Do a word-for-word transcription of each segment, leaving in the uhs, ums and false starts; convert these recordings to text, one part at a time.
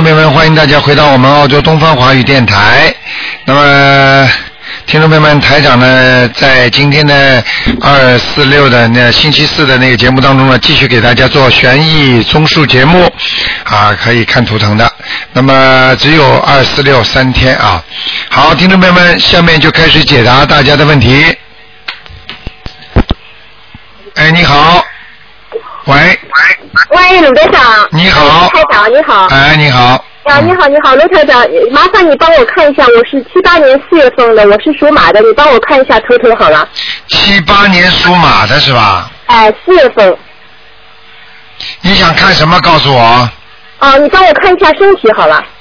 众朋友们，欢迎大家回到我们澳洲东方华语电台。那么听众朋友们，台长呢在今天的二四六的那星期四的那个节目当中呢，继续给大家做悬疑综述节目啊，可以看图腾的。那么只有二四六三天啊。好，听众朋友们，下面就开始解答大家的问题。哎，你好。喂。 喂，卢队长。 你好。 台长，你好。 哎，你好。 啊，你好，你好，卢台长，麻烦你帮我看一下，我是七八年四月份的，我是属马的，你帮我看一下头头好了。 七八年属马的是吧？ 哎，四月份。 你想看什么？告诉我。 啊，你帮我看一下身体好了。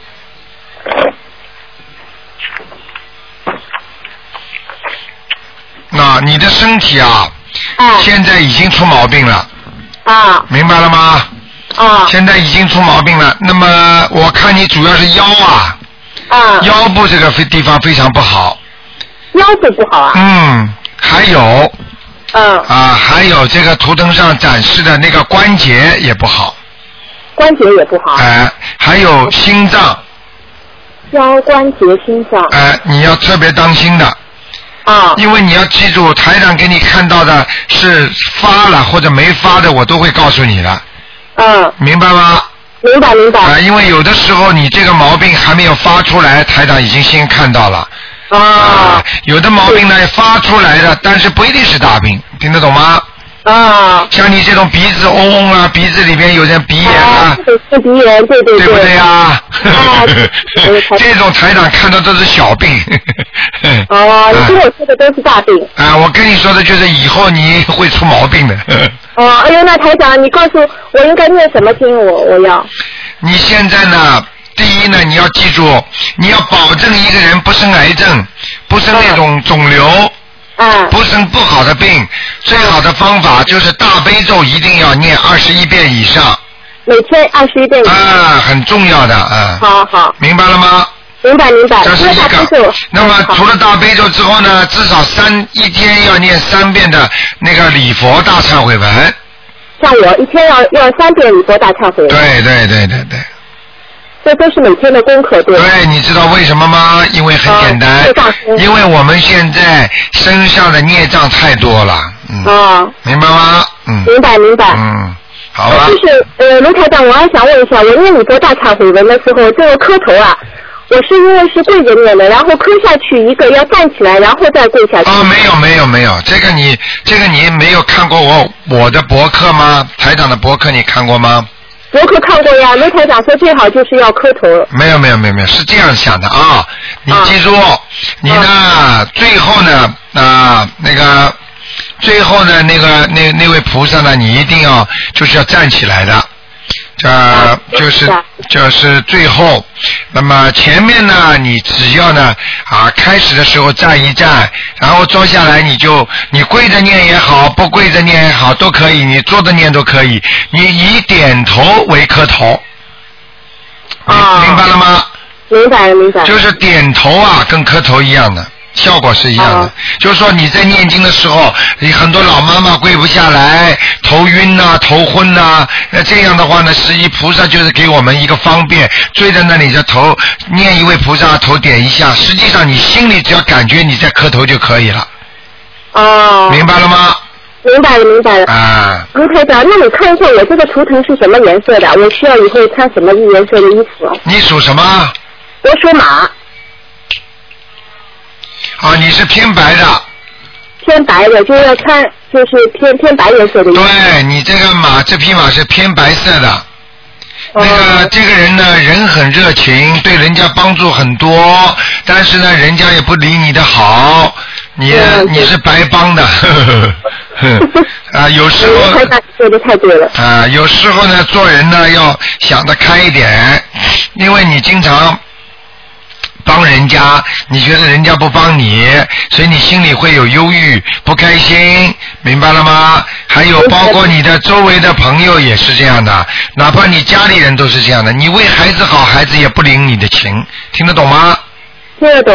那你的身体啊， 哎， 现在已经出毛病了。 啊。 明白了吗？ 啊。 现在已经出毛病了。那么我看你主要是腰啊。 啊。 腰部这个地方非常不好。 腰部不好啊。 嗯，还有。 嗯。 啊，还有这个图腾上展示的那个关节也不好。 关节也不好。 哎，还有心脏。 腰关节心脏。 哎，你要特别当心的。 啊。 因为你要记住，台长给你看到的是发了或者没发的，我都会告诉你的。 嗯。 明白吗？ 明白明白。 啊，因为有的时候你这个毛病还没有发出来，台长已经先看到了。 啊。 啊，有的毛病呢发出来的，但是不一定是大病，听得懂吗？ 啊。 像你这种鼻子嗡嗡啊，鼻子里边有点鼻炎啊。 是鼻炎，对对对。 对不对呀？啊。这种台长看到都是小病。 哦，你跟我说的都是大病。 啊，我跟你说的就是以后你会出毛病的。 哦，哎呦，那台长，你告诉我应该念什么经？我我要。 你现在呢？第一呢，你要记住，你要保证一个人不生癌症，不生那种肿瘤， 啊， 不生不好的病。最好的方法就是大悲咒一定要念二十一遍以上。 每天二十一遍以上。 啊，很重要的啊。 好好。 明白了吗？ 明白明白。 这是一个。那么除了大悲咒之后呢，至少三一天要念三遍的那个礼佛大忏悔文。 像我一天要要三遍礼佛大忏悔文。 对对对对对。 这都是每天的功课，对吧？ 对，你知道为什么吗？因为很简单，啊、因为我们现在身上的孽障太多了。嗯。啊。明白吗？嗯。 明白明白。 嗯。好吧。 就是呃，卢台长，我还想问一下，我念礼佛大忏悔文的时候，这个磕头啊。我是因为是跪着念的，然后磕下去一个要站起来，然后再跪下去。 哦，没有没有没有，这个你这个你没有看过我我的博客吗？台长的博客你看过吗？ 博客看过呀，卢台长说最好就是要磕头。 没有没有没有没有，是这样想的啊！你记住，啊、你呢、啊、最后呢啊那个最后呢那个那那位菩萨呢，你一定要就是要站起来的。呃，就是就是最后，那么前面呢，你只要呢啊，开始的时候站一站，然后坐下来，你就你跪着念也好，不跪着念也好，都可以，你坐着念都可以，你以点头为磕头， 啊， 明白了吗？ 明白了，明白了。 就是点头啊，跟磕头一样的。效果是一样的，啊、就是说你在念经的时候，你很多老妈妈跪不下来，头晕呐、啊，头昏呐、啊，那这样的话呢，实际菩萨就是给我们一个方便，追着那里的头念一位菩萨头点一下，实际上你心里只要感觉你在磕头就可以了。 哦。 明白了吗？ 明白了，明白了。啊。卢台长，那你看一下我这个图腾是什么颜色的？我需要以后穿什么颜色的衣服？ 你属什么？ 我属马。 啊，你是偏白的。 偏白的，就要穿就是偏偏白颜色的衣服。 对，你这个马，这匹马是偏白色的。那个、哦、这个人呢，人很热情，对人家帮助很多，但是呢，人家也不理你的好，你你是白帮的。呵呵呵啊，有时候说的太对了。 啊，有时候呢，做人呢要想得开一点，因为你经常帮人家，你觉得人家不帮你，所以你心里会有忧郁、不开心，明白了吗？还有包括你的周围的朋友也是这样的，哪怕你家里人都是这样的，你为孩子好，孩子也不领你的情，听得懂吗？ 听得懂。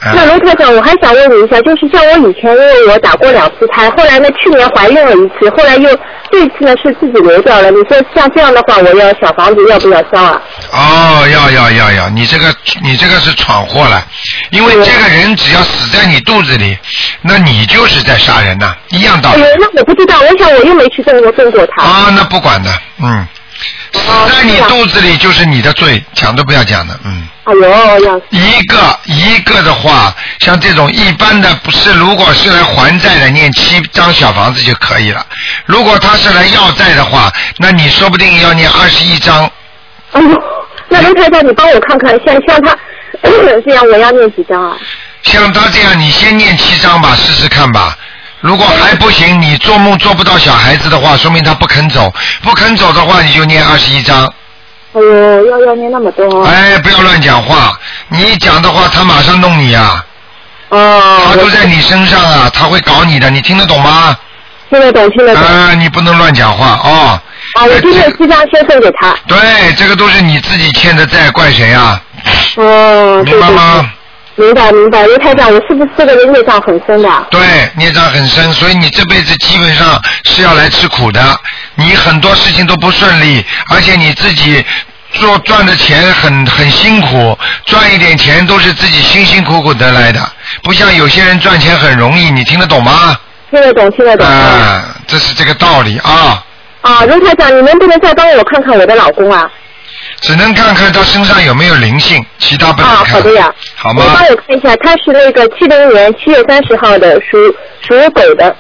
那卢台长，我还想问你一下，就是像我以前因为我打过两次胎，后来呢去年怀孕了一次，后来又这次呢是自己流掉了。你说像这样的话，我要小房子要不要烧啊？ 哦，要要要要，你这个你这个是闯祸了，因为这个人只要死在你肚子里，那你就是在杀人呐、啊，一样道理。 哎呦，那我不知道，我想我又没去动过动过他。 啊，那不管的，嗯。死在你肚子里就是你的罪，讲都不要讲的，嗯。 哎呦，要一个一个的话，像这种一般的不是，如果是来还债的，念七张小房子就可以了。如果他是来要债的话，那你说不定要念二十一张。 哎呦，那卢台长，你帮我看看，像像他这样，我要念几张啊？ 像他这样，你先念七张吧，试试看吧。如果还不行，你做梦做不到小孩子的话，说明他不肯走。不肯走的话，你就念二十一章。 哎呦，要要念那么多、啊。 哎，不要乱讲话！你一讲的话，他马上弄你啊！ 哦。 他都在你身上啊，他会搞你的，你听得懂吗？ 听得懂，听得懂。 啊，你不能乱讲话哦。 啊，我就念七张先送给他。 对，这个都是你自己欠的债，怪谁啊？ 哦。 明白吗？ 明白明白，刘台长，我是不是这个人孽障很深的？ 对，孽障很深，所以你这辈子基本上是要来吃苦的。你很多事情都不顺利，而且你自己做赚的钱很很辛苦，赚一点钱都是自己辛辛苦苦得来的，不像有些人赚钱很容易，你听得懂吗？ 听得懂，听得懂。 啊，这是这个道理啊。 啊，刘台长，你能不能再帮我看看我的老公啊？ 只能看看他身上有没有灵性，其他不能看。 啊，好的呀。 好吗？ 你帮我看一下，他是那个七零年七月三十号的，属属狗的。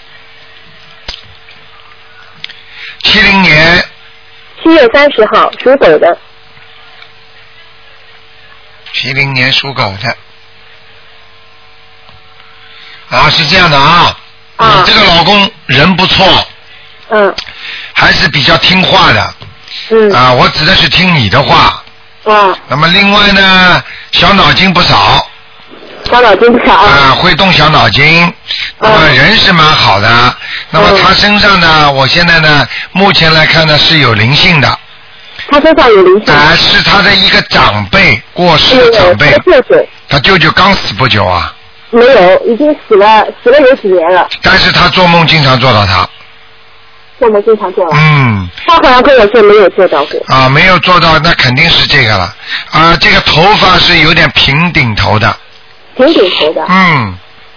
七零年。 七月三十号属狗的。 七零年属狗的。啊，是这样的啊。啊。你这个老公人不错。 嗯。 还是比较听话的。 嗯。 啊，我指的是听你的话。 啊。 那么另外呢，小脑筋不少。 小脑筋不少。 啊，会动小脑筋。那么人是蛮好的。嗯、那么他身上呢，我现在呢，目前来看呢是有灵性的。 他身上有灵性。 啊，是他的一个长辈过世的长辈。 他舅舅。 他舅舅刚死不久啊。 没有，已经死了，死了有几年了。 但是他做梦经常做到他。 做梦经常做到。 嗯。 他好像跟我说没有做到过。 啊，没有做到，那肯定是这个了。啊，这个头发是有点平顶头的。 平顶头的。 嗯。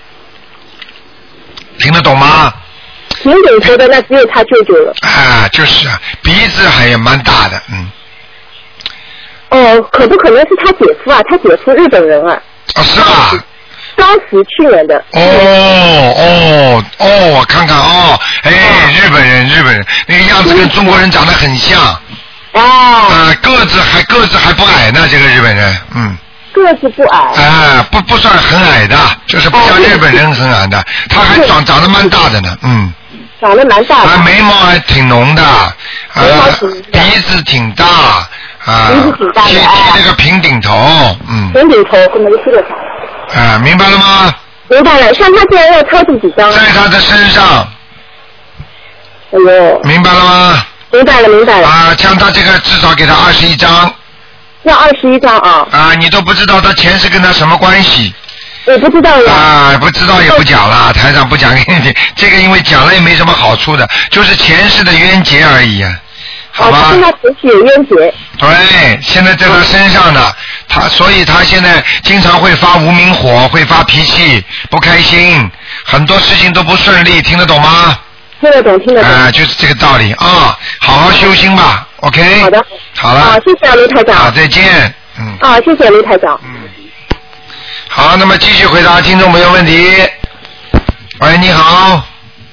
听得懂吗？ 平顶头的那只有他舅舅了。 啊，就是啊，鼻子还也蛮大的，嗯。 哦，可不可能是他姐夫啊？他姐夫日本人啊。 哦，是吧？ 刚死去年的。 哦哦哦，我看看哦，哎，日本人，日本人那个样子跟中国人长得很像。 哦。 啊，个子还个子还不矮呢，这个日本人，嗯。 个子不矮。 啊，不不算很矮的，就是不像日本人很矮的，他还长长得蛮大的呢，嗯。 长得蛮大的。 啊，眉毛还挺浓的，啊，鼻子挺大，啊， 鼻子挺大的， 剃剃那个平顶头，嗯。 平顶头是没事的。 啊，明白了吗？ 明白了，像他这样要抄第几张？ 在他的身上。 哎呦。 明白了吗？ 明白了，明白了。 啊，像他这个至少给他二十一张。 要二十一张啊。 啊，你都不知道他前世跟他什么关系。 我不知道呀。 啊，不知道也不讲了，台长不讲给你听，这个因为讲了也没什么好处的，就是前世的冤结而已啊。好吧。 哦，跟他前世有冤结。 对，现在在他身上呢，他所以他现在经常会发无名火，会发脾气，不开心，很多事情都不顺利，听得懂吗？ 听得懂，听得懂。 啊，就是这个道理啊，好好修心吧 ，OK。 好的。 好了。 好，谢谢卢台长。 好，再见。嗯。 啊，谢谢卢台长。 嗯。好，那么继续回答听众朋友问题。喂，你好。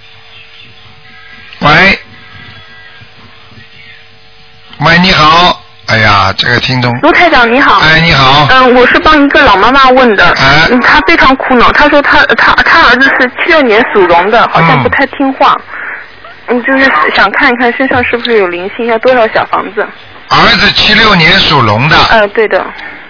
喂。喂，你好。哎呀，这个听众。 卢台长你好。 哎，你好。 嗯，我是帮一个老妈妈问的。 哎。 嗯，她非常苦恼，她说她她她儿子是七六年属龙的，好像不太听话。嗯，就是想看一看身上是不是有灵性，要多少小房子。 儿子七六年属龙的。 呃，对的。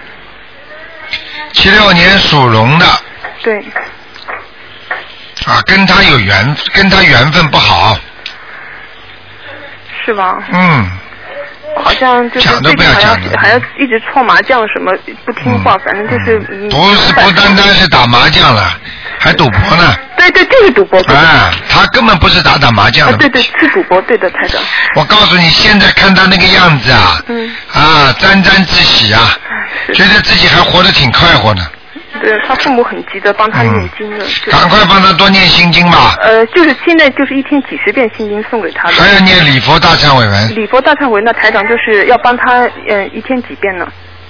七六年属龙的。 对。 啊，跟他有缘，跟他缘分不好。 是吧？ 嗯。 好像就是讲都不要最近好讲像还要一直搓麻将什么不听话， 嗯、 反正就是、嗯、 不是不单单是打麻将了，还赌博呢。 对对，就是赌博。 哎，他根本不是打打麻将的、 啊。对对，是赌博，对的，台长。 我告诉你，现在看他那个样子啊， 嗯， 啊，沾沾自喜啊，觉得自己还活得挺快活呢。 对他父母很急着帮他念经的， 嗯、赶快帮他多念心经吧。 呃，就是现在就是一天几十遍心经送给他的。 还要念礼佛大忏悔文。 礼佛大忏悔，那台长就是要帮他呃一天几遍呢？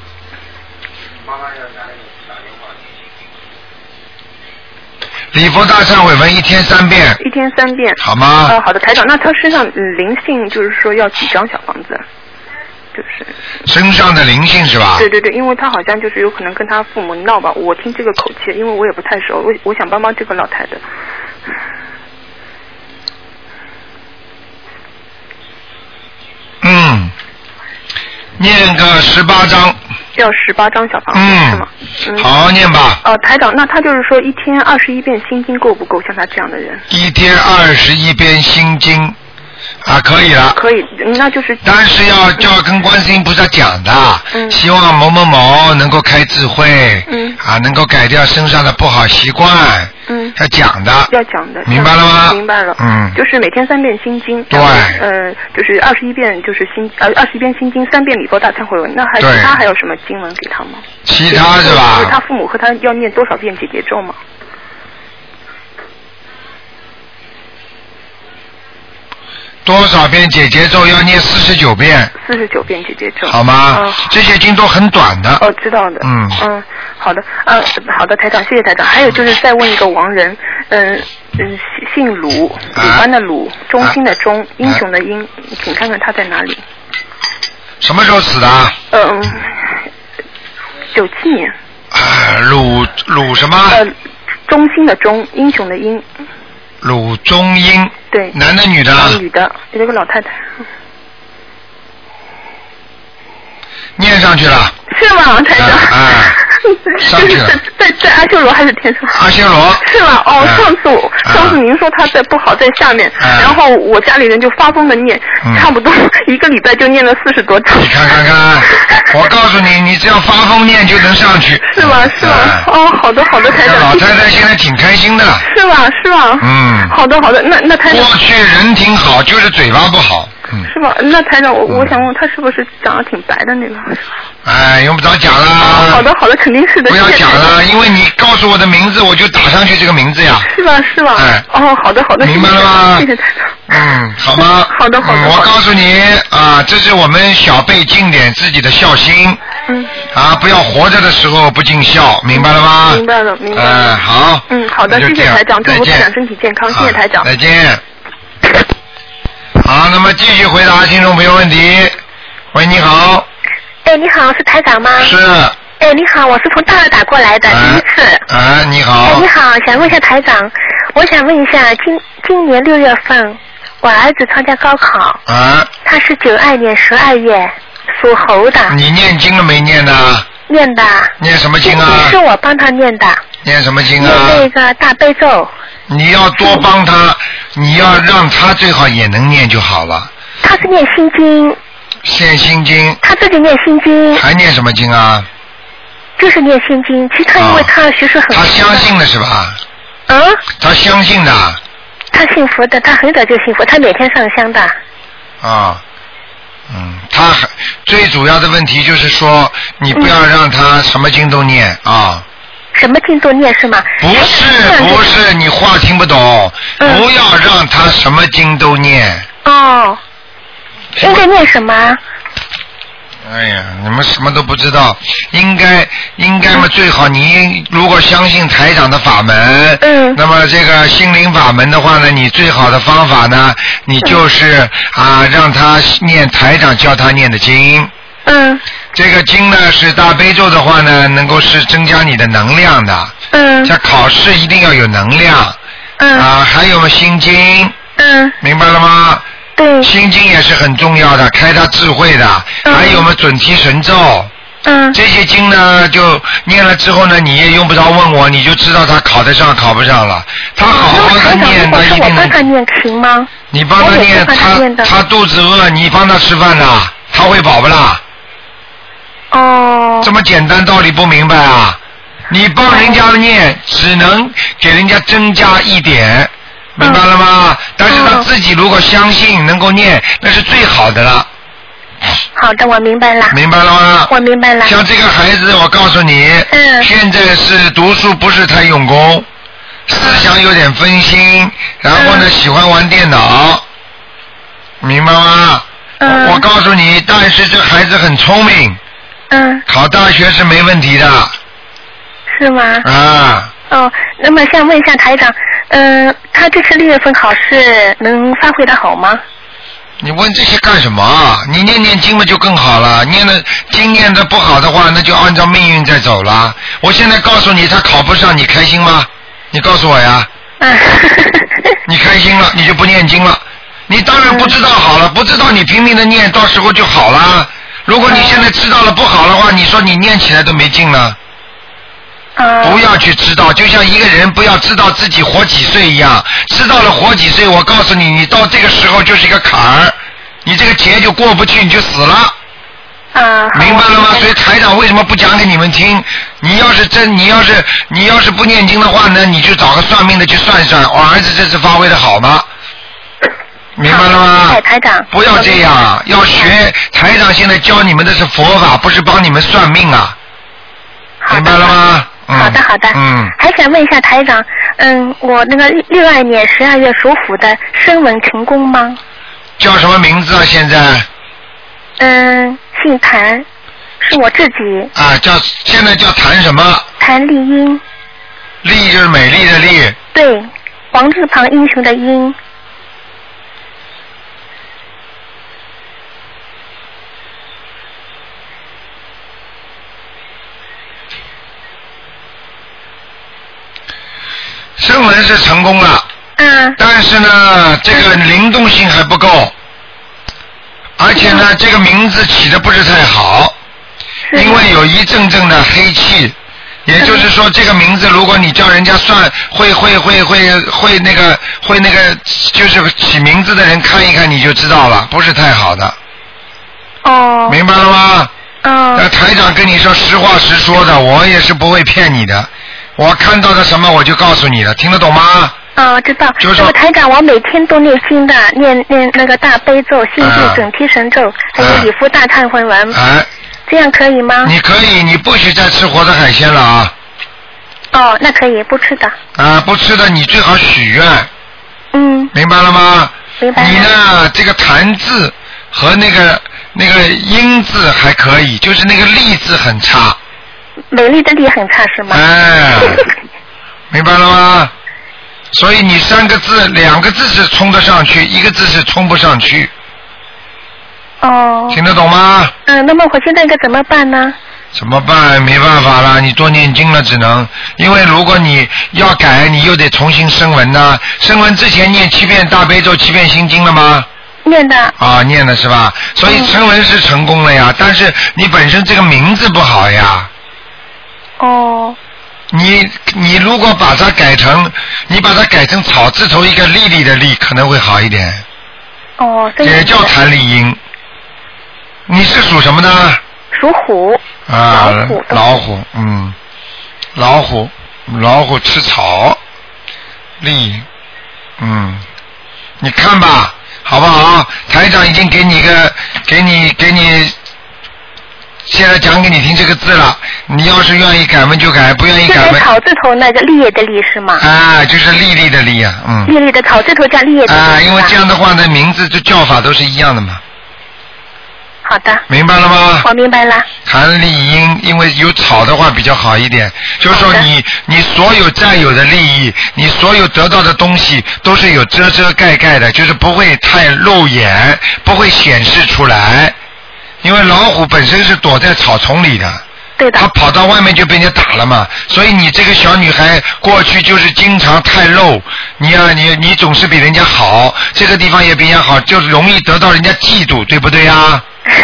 礼佛大忏悔文一天三遍。 一天三遍。 好吗？ 呃，好的，台长，那他身上灵性就是说要几张小房子？就是身上的灵性是吧？ 对对对，因为他好像就是有可能跟他父母闹吧，我听这个口气，因为我也不太熟，我我想帮帮这个老太太。 嗯，念个十八章。 要十八张小房子、 嗯、 是吗？嗯， 好好念吧。 呃，台长，那他就是说一天二十一遍心经够不够？像他这样的人。 一天二十一遍心经。啊，可以了。 可以，那就是。 但是要就要跟观世音菩萨讲的， 嗯， 希望某某某能够开智慧， 嗯， 啊，能够改掉身上的不好习惯， 嗯， 要讲的。 要讲的。 明白了吗？ 明白了。 嗯。 就是每天三遍心经。 对。 呃，就是二十一遍，就是心呃二十一遍心经，三遍礼佛大忏悔文。那还其他还有什么经文给他吗？ 其他是吧？ 就是他父母和他要念多少遍解结咒吗？ 多少遍解结咒要念四十九遍。 四十九遍解结咒。 好吗？ 嗯， 这些经都很短的。 哦，知道的。 嗯嗯，好的，呃，好的，台长，谢谢台长。还有就是再问一个亡人，嗯、呃、嗯，姓鲁，鲁班的鲁，中心的中，英雄的英，请看看他在哪里。 什么时候死的？ 嗯，九七年。 啊，鲁鲁什么？ 呃，中心的中，英雄的英。 鲁中英。 对。 男的女的？ 女的，有一个老太太。 念上去了。 是吗，台长？ 啊，上去了。 在在阿修罗还是天上？ 阿修罗。 是吗？哦，上次我上次您说他在不好在下面，然后我家里人就发疯的念，差不多一个礼拜就念了四十多章。 你看看看，我告诉你，你只要发疯念就能上去。 是吗？是吗？哦，好的好的，台长。 老太太现在挺开心的。 是吧？是吧？ 嗯。 好的好的，那那台长。 过去人挺好，就是嘴巴不好。嗯。 是吧？那台长，我我想问他是不是长得挺白的那个？ 哎，用不着讲了。 哦、好的好的，肯定是的。 不要讲了，因为你告诉我的名字，我就打上去这个名字呀。 是吧是吧？ 哎。 哦，好的好的。 明白了吗？ 谢谢台长。 嗯，好吗？ 好的好的。 嗯、我告诉你啊，这是我们小辈尽点自己的孝心。 嗯。 啊，不要活着的时候不尽孝，明白了吗？ 明白了明白了。 哎、呃，好。 嗯，好的，谢谢台长，祝福台长身体健康，谢谢台长。 再见。好，那么继续回答听众朋友问题。喂，你好。 哎，你好，是台长吗？ 是。 哎，你好，我是从大陆打过来的， 哎、 第一次。 哎，你好。 哎，你好，想问一下台长，我想问一下，今今年六月份，我儿子参加高考。 啊。 他是九二年十二月，属猴的。 你念经了没念呢？ 念的。 念什么经啊？ 是我帮他念的。 念什么经啊？ 念那个大悲咒。 你要多帮他，你要让他最好也能念就好了。 他是念心经。 念心经。 他自己念心经。 还念什么经啊？ 就是念心经，其实他因为他学识很。 他相信的是吧？ 啊？ 他相信的。 他信佛的，他很早就信佛，他每天上香的。 啊，嗯，他最主要的问题就是说，你不要让他什么经都念啊。 什么经都念是吗？ 不是不是，你话听不懂，嗯、不要让他什么经都念。 哦。应该念什么？ 哎呀，你们什么都不知道，应该应该嘛最好你如果相信台长的法门， 嗯， 那么这个心灵法门的话呢，你最好的方法呢，你就是啊让他念台长教他念的经。 嗯。 这个经呢是大悲咒的话呢，能够是增加你的能量的。 嗯。 在考试一定要有能量。 嗯。 啊，还有心经。 嗯。 明白了吗？ 对。 心经也是很重要的，开他智慧的。嗯。还有我们准提神咒。 嗯。 这些经呢，就念了之后呢，你也用不着问我，你就知道他考得上考不上了。他好好的念，他一定能。 我帮他念行吗？ 你帮他念，他他肚子饿，你帮他吃饭呐。 他会跑不啦？ 哦。 这么简单道理不明白啊？你帮人家念，只能给人家增加一点，明白了吗？嗯、但是他自己如果相信能够念，那是最好的了。 好的，我明白了。 明白了吗？ 我明白了。 像这个孩子，我告诉你， 嗯， 现在是读书不是太用功，思想有点分心，然后呢、嗯、喜欢玩电脑，明白吗？嗯。我告诉你，但是这孩子很聪明。 嗯。 考大学是没问题的。 是吗？ 啊。 哦，那么想问一下台长，嗯、呃，他这次六月份考试能发挥的好吗？ 你问这些干什么？你念念经嘛就更好了。念的经念的不好的话，那就按照命运在走了。我现在告诉你，他考不上，你开心吗？你告诉我呀。嗯。你开心了，你就不念经了。你当然不知道好了，不知道你拼命的念，到时候就好了。如果你现在知道了不好的话，你说你念起来都没劲了。不要去知道，就像一个人不要知道自己活几岁一样，知道了活几岁，我告诉你，你到这个时候就是一个坎儿，你这个劫就过不去，你就死了。 啊。 明白了吗？所以台长为什么不讲给你们听？你要是真，你要是你要是不念经的话呢，你就找个算命的去算一算，我儿子这次发挥的好吗？明白了吗？ 台长。 不要这样，要学台长现在教你们的是佛法，不是帮你们算命啊。明白了吗？ 好的好的， 嗯， 还想问一下台长，嗯，我那个六二年十二月属虎的声纹成功吗？ 叫什么名字啊？现在？ 嗯，姓谭，是我自己。 啊，叫现在叫谭什么？ 谭丽英。 丽就是美丽的丽。 对，王字旁英雄的英。 声纹是成功了， 嗯， 但是呢，这个灵动性还不够，而且呢，这个名字起的不是太好，因为有一阵阵的黑气，也就是说，这个名字如果你叫人家算，会会会会会那个会那个，就是起名字的人看一看你就知道了，不是太好的。 哦。 明白了吗？ 嗯。 那台长跟你说实话实说的，我也是不会骗你的。我看到的什么我就告诉你了，听得懂吗？ 啊，知道。 就是说台长，我每天都念经的，念念那个大悲咒、心经、准提神咒，还有礼佛大忏悔文。 哎。 这样可以吗？ 你可以，你不许再吃活的海鲜了啊。 哦，那可以，不吃的。 啊，不吃的你最好许愿。 嗯。 明白了吗？ 明白了。 你呢，这个谭字和那个那个英字还可以，就是那个丽字很差。 美丽的丽很差是吗？ 哎，明白了吗？所以你三个字，两个字是冲得上去，一个字是冲不上去。 哦。 听得懂吗？ 嗯，那么我现在应该怎么办呢？ 怎么办？没办法了，你多念经了，只能。因为如果你要改，你又得重新声纹呐。声纹之前念七遍大悲咒、七遍心经了吗？ 念的。 啊，念的是吧？所以声纹是成功了呀，嗯、但是你本身这个名字不好呀。 哦。 你你如果把它改成，你把它改成草字头一个丽丽的丽，可能会好一点。 哦， 也叫谭丽英。你是属什么的？ 属虎。 啊， 老虎。 老虎，嗯，老虎，老虎吃草，丽，嗯，你看吧，好不好？台长已经给你一个，给你给你。现在讲给你听这个字了，你要是愿意改嘛就改，不愿意改嘛。 就是草字头那个立业的立是吗？ 啊，就是丽丽的丽啊，嗯。 丽丽的草字头叫立业的立。 啊，因为这样的话呢，名字就叫法都是一样的嘛。 好的。 明白了吗？ 我明白了。 谭丽英，因为有草的话比较好一点，就是说你你所有占有的利益，你所有得到的东西都是有遮遮盖盖的，就是不会太露眼，不会显示出来。因为老虎本身是躲在草丛里的， 对的， 它跑到外面就被人家打了嘛，所以你这个小女孩过去就是经常太露，你啊你你总是比人家好，这个地方也比人家好，就容易得到人家嫉妒，对不对呀？ 是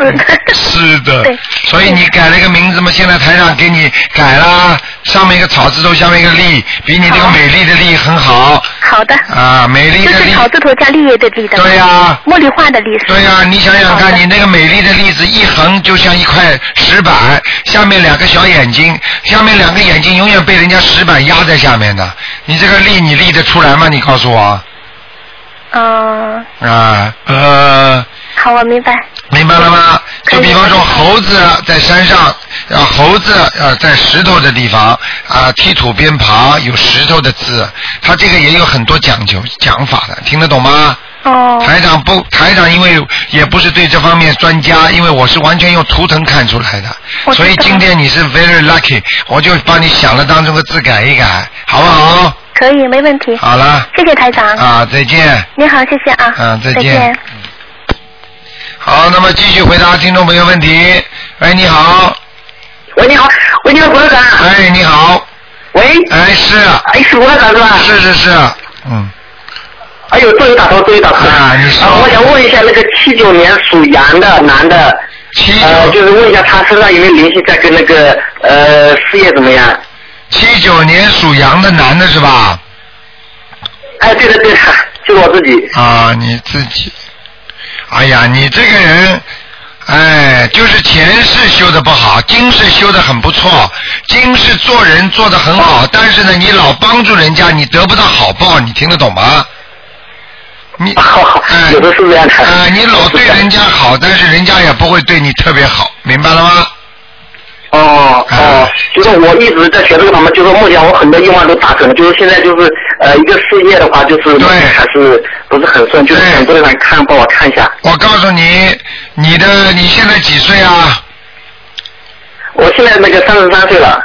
是的。 是的。 对。 所以你改了一个名字嘛，现在台长给你改了，上面一个草字头，下面一个丽，比你这个美丽的丽很好。 好的。 啊，美丽的丽。 这是草字头加绿叶的丽的。 对呀、啊。 茉莉花的丽。 对呀、啊，你想想看，你那个美丽的丽字一横就像一块石板，下面两个小眼睛，下面两个眼睛永远被人家石板压在下面的。你这个丽你立得出来吗？你告诉我。 嗯。 啊呃。 好，我明白。 明白了吗？就比方说猴子在山上，啊猴子呃在石头的地方啊踢土边旁有石头的字，它这个也有很多讲究讲法的，听得懂吗？ 哦。 台长不，台长因为也不是对这方面专家，因为我是完全用图腾看出来的，所以今天你是 very lucky， 我就帮你想了当中的字改一改，好不好？ 可以，没问题。 好了。 谢谢台长。 啊，再见。 你好，谢谢啊。 嗯，再见。 再见。 好，那么继续回答听众朋友问题。喂，你好。 喂，你好，喂，你好，罗长。 哎，你好。 喂。 哎，是。 哎，是罗长是吧？ 是是是，嗯。 哎呦，终于打通，终于打通。 啊，你说。 啊，我想问一下，那个七九年属羊的男的， 七九、 呃，就是问一下他身上有没有灵性，在跟那个呃事业怎么样？ 七九年属羊的男的是吧？ 哎，对的对的，就是我自己。 啊，你自己。哎呀，你这个人，哎，就是前世修的不好，今世修的很不错，今世做人做的很好，但是呢，你老帮助人家，你得不到好报，你听得懂吗？你， 哎，有的是这样的。 哎，你老对人家好，但是人家也不会对你特别好，明白了吗？ 哦哦，就是我一直在学这个方面，就是目前我很多愿望都达成了，就是现在就是呃一个事业的话，就是对还是不是很顺，就是很多人来看，帮我看一下。 我告诉你，你的你现在几岁啊？ 我现在那个三十三岁了。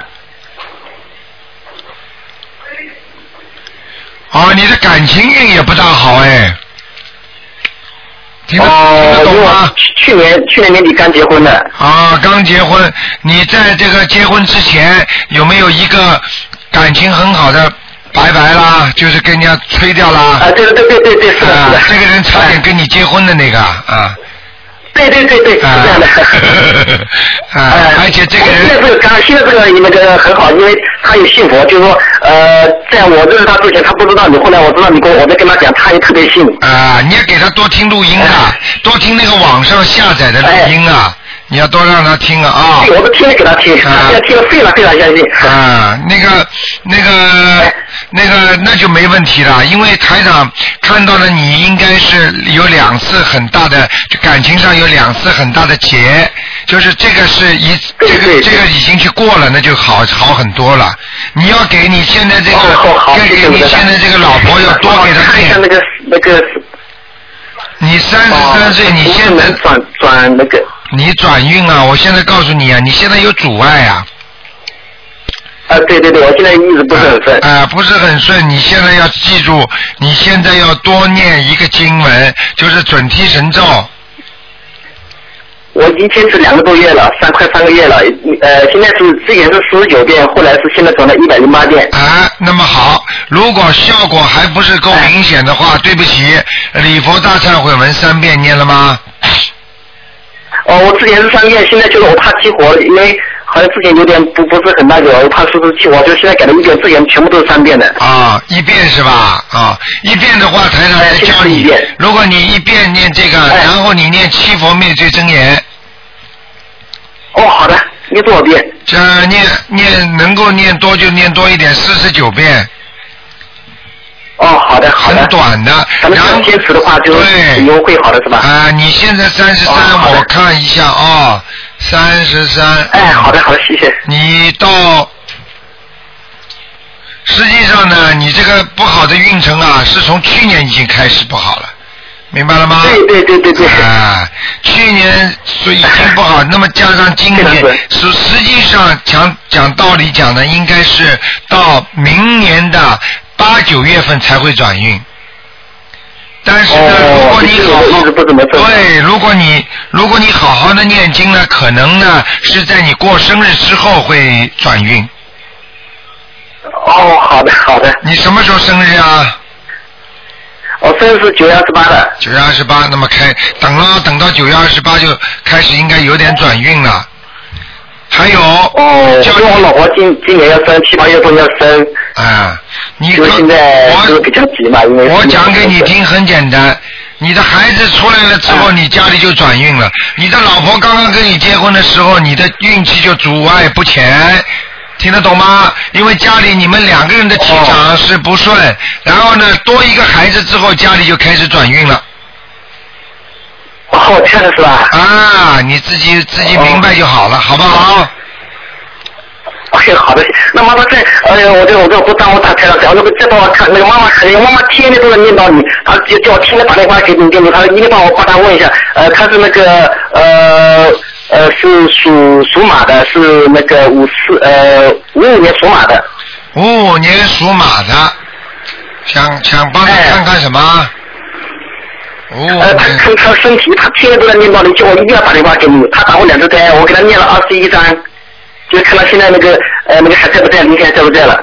哦，你的感情运也不大好哎。听得、 哦、 听得懂吗？ 去年去年年底刚结婚的。 啊，刚结婚。你在这个结婚之前有没有一个感情很好的拜拜啦？就是跟人家吹掉啦？ 啊，对对对对对对，是的， 啊、 是的。 这个人差点跟你结婚的那个啊。 对对对对，是这样的。 啊，而且这个人现在这个刚现在这个那个很好，因为他有信佛，就是说呃，在我认识他之前，他不知道你，后来我知道你跟我，我在跟他讲，他也特别信。 啊，你要给他多听录音啊，多听那个网上下载的录音啊。你要多让他听啊！啊， 对，我都听了给他听，他现在听了非常非常相信。 啊，那个、那个、那个，那就没问题了，因为台长看到了你应该是有两次很大的，就感情上有两次很大的结，就是这个是一这个这个已经去过了，那就好好很多了。你要给你现在这个，给给你现在这个老婆要多给她看一下那个那个。 你三十三岁，你现在转转那个。 你转运啊！我现在告诉你啊，你现在有阻碍啊。 啊，对对对，我现在一直不是很顺。 啊、呃，不是很顺。你现在要记住，你现在要多念一个经文，就是准提神咒。 我已经坚持两个多月了，三快三个月了。呃，现在是之前是四十九遍，后来是现在转到一百零八遍。 啊，那么好，如果效果还不是够明显的话，哎、对不起，礼佛大忏悔文三遍念了吗？ 哦，我之前是三遍，现在就是我怕激活，因为好像之前有点不不是很那个，我怕是不是激活，就现在改了一遍，之前全部都是三遍的。 啊，一遍是吧？啊，一遍的话，台长来教你。 哎、 如果你一遍念这个，哎、然后你念七佛灭罪真言。 哦，好的，念多少遍？ 这念念能够念多就念多一点，四十九遍。 哦，好的，好的。 很短的。 咱们想坚持的话，就是以后会好的是吧？ 啊，你现在三十三，我看一下啊，三十三。 哎，好的，好的，谢谢。 你到，实际上呢，你这个不好的运程啊，是从去年已经开始不好了。明白了吗？ 对对对对对。 啊，去年所以已经不好，那么加上今年，实实际上讲讲道理讲呢，应该是到明年的八九月份才会转运。但是呢， 哦、 如果你好好对，如果你如果你好好的念经呢，可能呢是在你过生日之后会转运。 哦，好的好的。 你什么时候生日啊？ 我生日是九月二十八的。 九月二十八，那么开等了，等到九月二十八就开始应该有点转运了。还有哦，因为我老婆今今年要生，七八月份要生。 啊，你就现在是比较急嘛，因为我讲给你听很简单。你的孩子出来了之后，你家里就转运了。你的老婆刚刚跟你结婚的时候，你的运气就阻碍不前，听得懂吗？因为家里你们两个人的气场是不顺，然后呢，多一个孩子之后，家里就开始转运了。 哦，这样的是吧？ 啊，你自己自己明白就好了，好不好 ？OK， 好的。那妈妈在，哎呀，我这我这不耽误打开了，然后再帮我看那个妈妈，那个妈妈天天都在念叨你，她就叫我天天打电话给你给你，她一定帮我帮她问一下，呃，她是那个呃呃是属属马的，是那个五四呃五五年属马的。 五五年属马的，想想帮她看看什么？ 哦。呃，他看他身体，他天天都在念叨你，叫我一定要打电话给你。他打过两次胎，我给他念了二十一章，就看他现在那个呃那个还在不在，明天在不在了。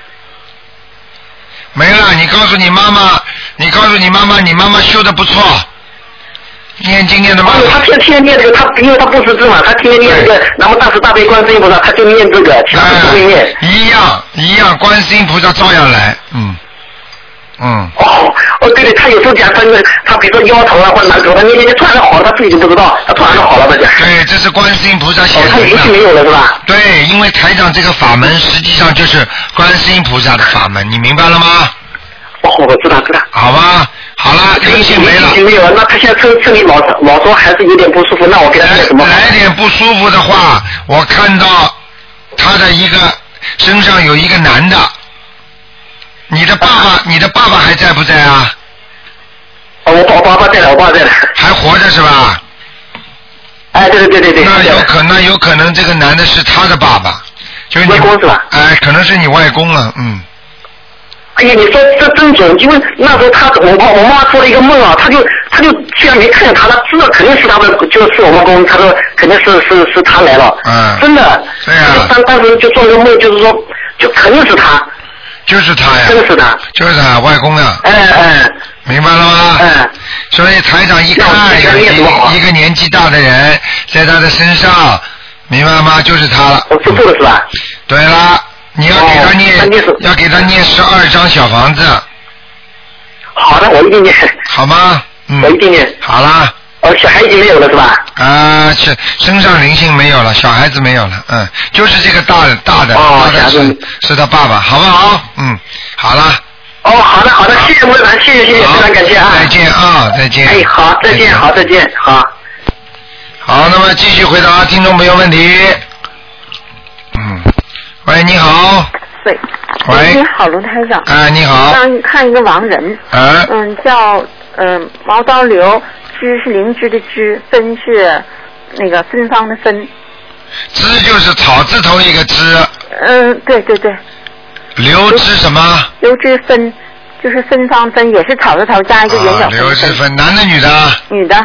没了，你告诉你妈妈，你告诉你妈妈，你妈妈修的不错，念经念的蛮好。 哦，他天天念这个，他因为他不识字嘛，他天天念这个，然后大慈大悲观世音菩萨，他就念这个，其他都不会念。 一样一样，观世音菩萨照样来，嗯。嗯。 哦哦，对对，他有时候讲他他比如说腰疼啊或者哪头，他念念念突然就好了，他自己都不知道，他突然就好了，他讲。 对，这是观世音菩萨显灵的。 哦，他灵气没有了是吧？ 对，因为台长这个法门实际上就是观世音菩萨的法门，你明白了吗？ 哦，我知道知道。 好吧，好了，灵性没了。 灵性没有了，那他现在身身体老老说还是有点不舒服，那我给他念什么？ 来点不舒服的话，我看到他的一个身上有一个男的。你的爸爸，你的爸爸还在不在啊？ 哦，我我爸爸在了，我爸爸在了。 还活着是吧？ 哎，对对对对对。 那有可能，有可能这个男的是他的爸爸，就是你外公是吧？ 哎，可能是你外公了，嗯。 哎呀，你说这真准，因为那时候他我我我妈做了一个梦啊，他就他就虽然没看见他，他知道肯定是他的，就是我外公，他说肯定是是是他来了。 嗯。 真的。 对啊。 当当时就做了个梦，就是说，就肯定是他。 就是他呀， 真是的， 就是他外公呀。 哎哎， 明白了吗？ 哎， 所以台长一看有一一个年纪大的人在他的身上，明白吗？就是他了。 我做错了是吧？ 对了，你要给他念， 哦、 要给他念十二张小房子。 好的，我一定念。 好吗？嗯。 我一定念。 好啦。 哦，小孩已经没有了是吧？ 啊，身身上灵性没有了，小孩子没有了，嗯，就是这个大的大的， 哦、 大的是是他爸爸，好不好？嗯，好了。 哦，好的好的，谢谢吴总，谢谢谢谢，非常感谢啊！ 再见啊，再见。 哎，好，再见，好，再见，好。 好，那么继续回答听众朋友问题。嗯，喂，你好。 喂。 喂。 你好，卢台长。 哎，你好。 刚看一个亡人。 啊。 嗯，叫嗯、呃、毛刀刘。枝是灵芝的枝，芬是那个芬芳的芬。 枝就是草字头一个枝。 嗯，对对对。 刘枝什么？ 刘枝芬，就是芬芳芬，也是草字头加一个圆角分。 刘枝芬，男的女的？ 女的。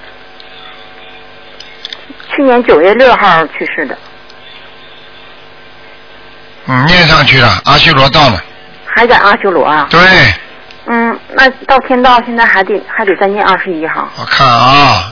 去年九月六号去世的。 嗯，念上去了，阿修罗到了。 还在阿修罗啊？ 对。 嗯，那到天道现在还得还得再念二十一号。 我看啊，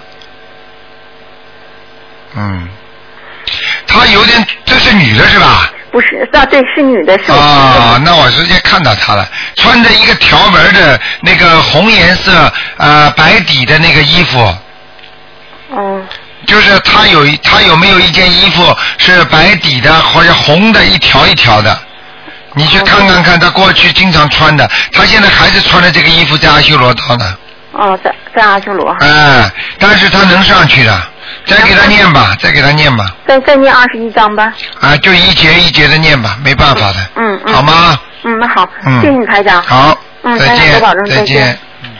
嗯，她有点，这是女的是吧？ 不是，啊，对，是女的，是。 啊，那我直接看到她了，穿着一个条纹的那个红颜色呃白底的那个衣服。 嗯。 就是她有她有没有一件衣服是白底的或者红的一条一条的？你去看看看，他过去经常穿的，他现在还是穿的这个衣服在阿修罗道呢。 哦，在在阿修罗。 哎，但是他能上去的，再给他念吧，再给他念吧。 再再念二十一章吧。 啊，就一节一节的念吧，没办法的。 嗯嗯。 好吗？ 嗯，那好， 嗯、 谢谢你台长。 好， 嗯， 再见， 保重， 再见。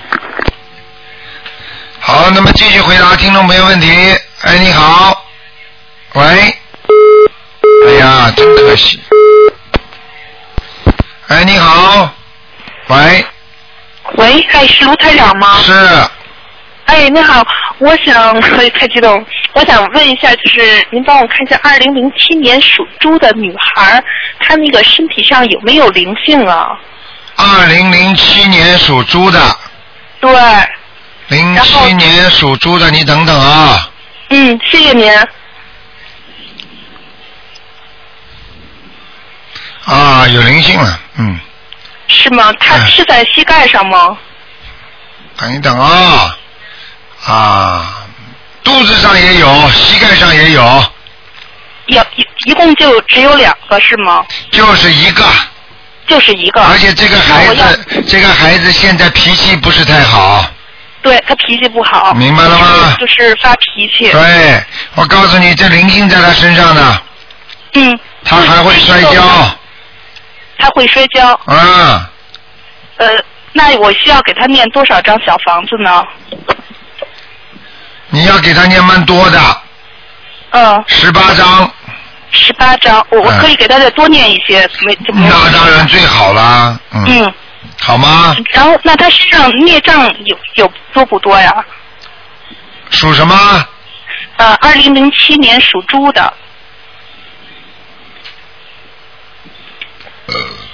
好，那么继续回答听众朋友问题。哎，你好，喂。哎呀，真可惜。哎，你好，喂， 喂，哎，是卢台长吗？ 是。 哎，你好，我想，太激动，我想问一下，就是您帮我看一下，二零零七年属猪的女孩，她那个身体上有没有灵性啊？ 二零零七年属猪的。 对。 零七年属猪的，你等等啊。 嗯，谢谢您。 啊，有灵性了，嗯。 是吗？他是在膝盖上吗？ 等一等啊，啊，肚子上也有，膝盖上也有。 有一一共就只有两个是吗？ 就是一个。 就是一个。 而且这个孩子，这个孩子现在脾气不是太好。 对，他脾气不好。 明白了吗？ 就是、就是发脾气。 对，我告诉你，这灵性在他身上呢。 嗯。 他还会摔跤。 他会摔跤。 嗯。 呃，那我需要给他念多少张小房子呢？ 你要给他念蛮多的。 嗯。 十八张。 十八张，我我可以给他再多念一些，没就没有。 那当然最好啦。嗯。嗯。好吗？ 然后，那他身上孽障有有多不多呀？ 属什么？ 呃，二零零七年属猪的。 呃。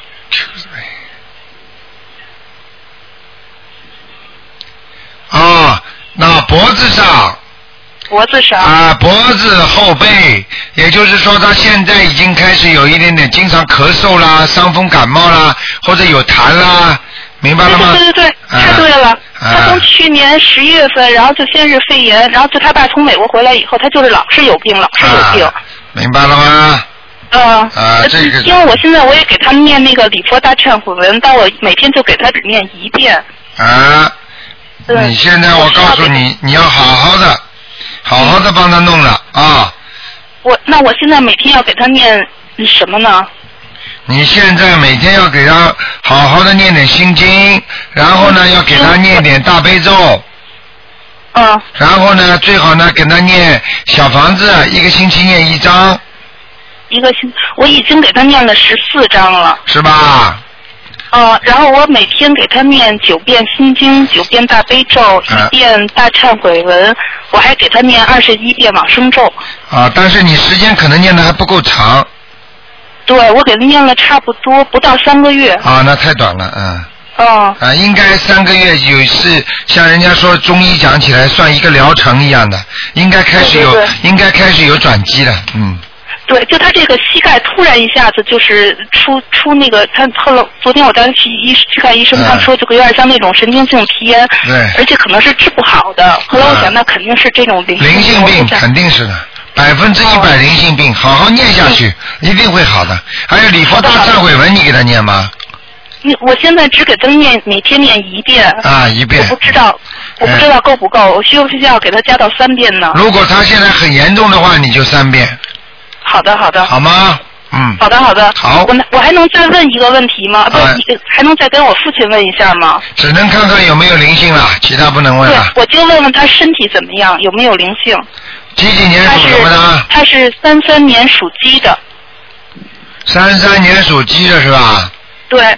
啊，那脖子上。 脖子上。 啊，脖子后背，也就是说，他现在已经开始有一点点经常咳嗽啦、伤风感冒啦，或者有痰啦，明白了吗？ 对对对对，太对了。啊、他从去年十一月份，然后就先是肺炎，然后就他爸从美国回来以后，他就是老是有病，老是有病。 啊、明白了吗？ 嗯。 啊，这个。 因为我现在我也给他念那个礼佛大忏悔文，但我每天就给他只念一遍。 啊。你现在我告诉你，你要好好的。好好的帮他弄了啊！ 我那我现在每天要给他念什么呢？ 你现在每天要给他好好的念点心经，然后呢要给他念点大悲咒。 嗯。 然后呢，最好呢给他念小房子，一个星期念一张。 一个星，我已经给他念了十四章了。 是吧？ 呃，然后我每天给他念九遍心经，九遍大悲咒，一遍大忏悔文，啊、我还给他念二十一遍往生咒。 啊，但是你时间可能念的还不够长。 对，我给他念了差不多不到三个月。 啊，那太短了，嗯。 哦。 啊，应该三个月有是像人家说中医讲起来算一个疗程一样的，应该开始有， 对对对应该开始有转机了，嗯。 对，就他这个膝盖突然一下子就是出出那个，他后来昨天我带他去医膝盖医生，他说这个有点像那种神经性皮炎， 对， 而且可能是治不好的。后来我想，那肯定是这种灵灵性病，肯定是的，百分之一百灵性病，好好念下去，一定会好的。还有礼佛大忏悔文，你给他念吗？ 你我现在只给他念，每天念一遍。 啊，一遍。 我不知道，我不知道够不够，我需不需要给他加到三遍呢？ 如果他现在很严重的话，你就三遍。 好的，好的。 好吗？嗯。 好的，好的。 好。 我我还能再问一个问题吗？不、呃，还能再跟我父亲问一下吗？ 只能看看有没有灵性了，其他不能问了。 对，我就问问他身体怎么样，有没有灵性。 几几年属什么的？ 他是三三年属鸡的。 三三年属鸡的是吧？ 对。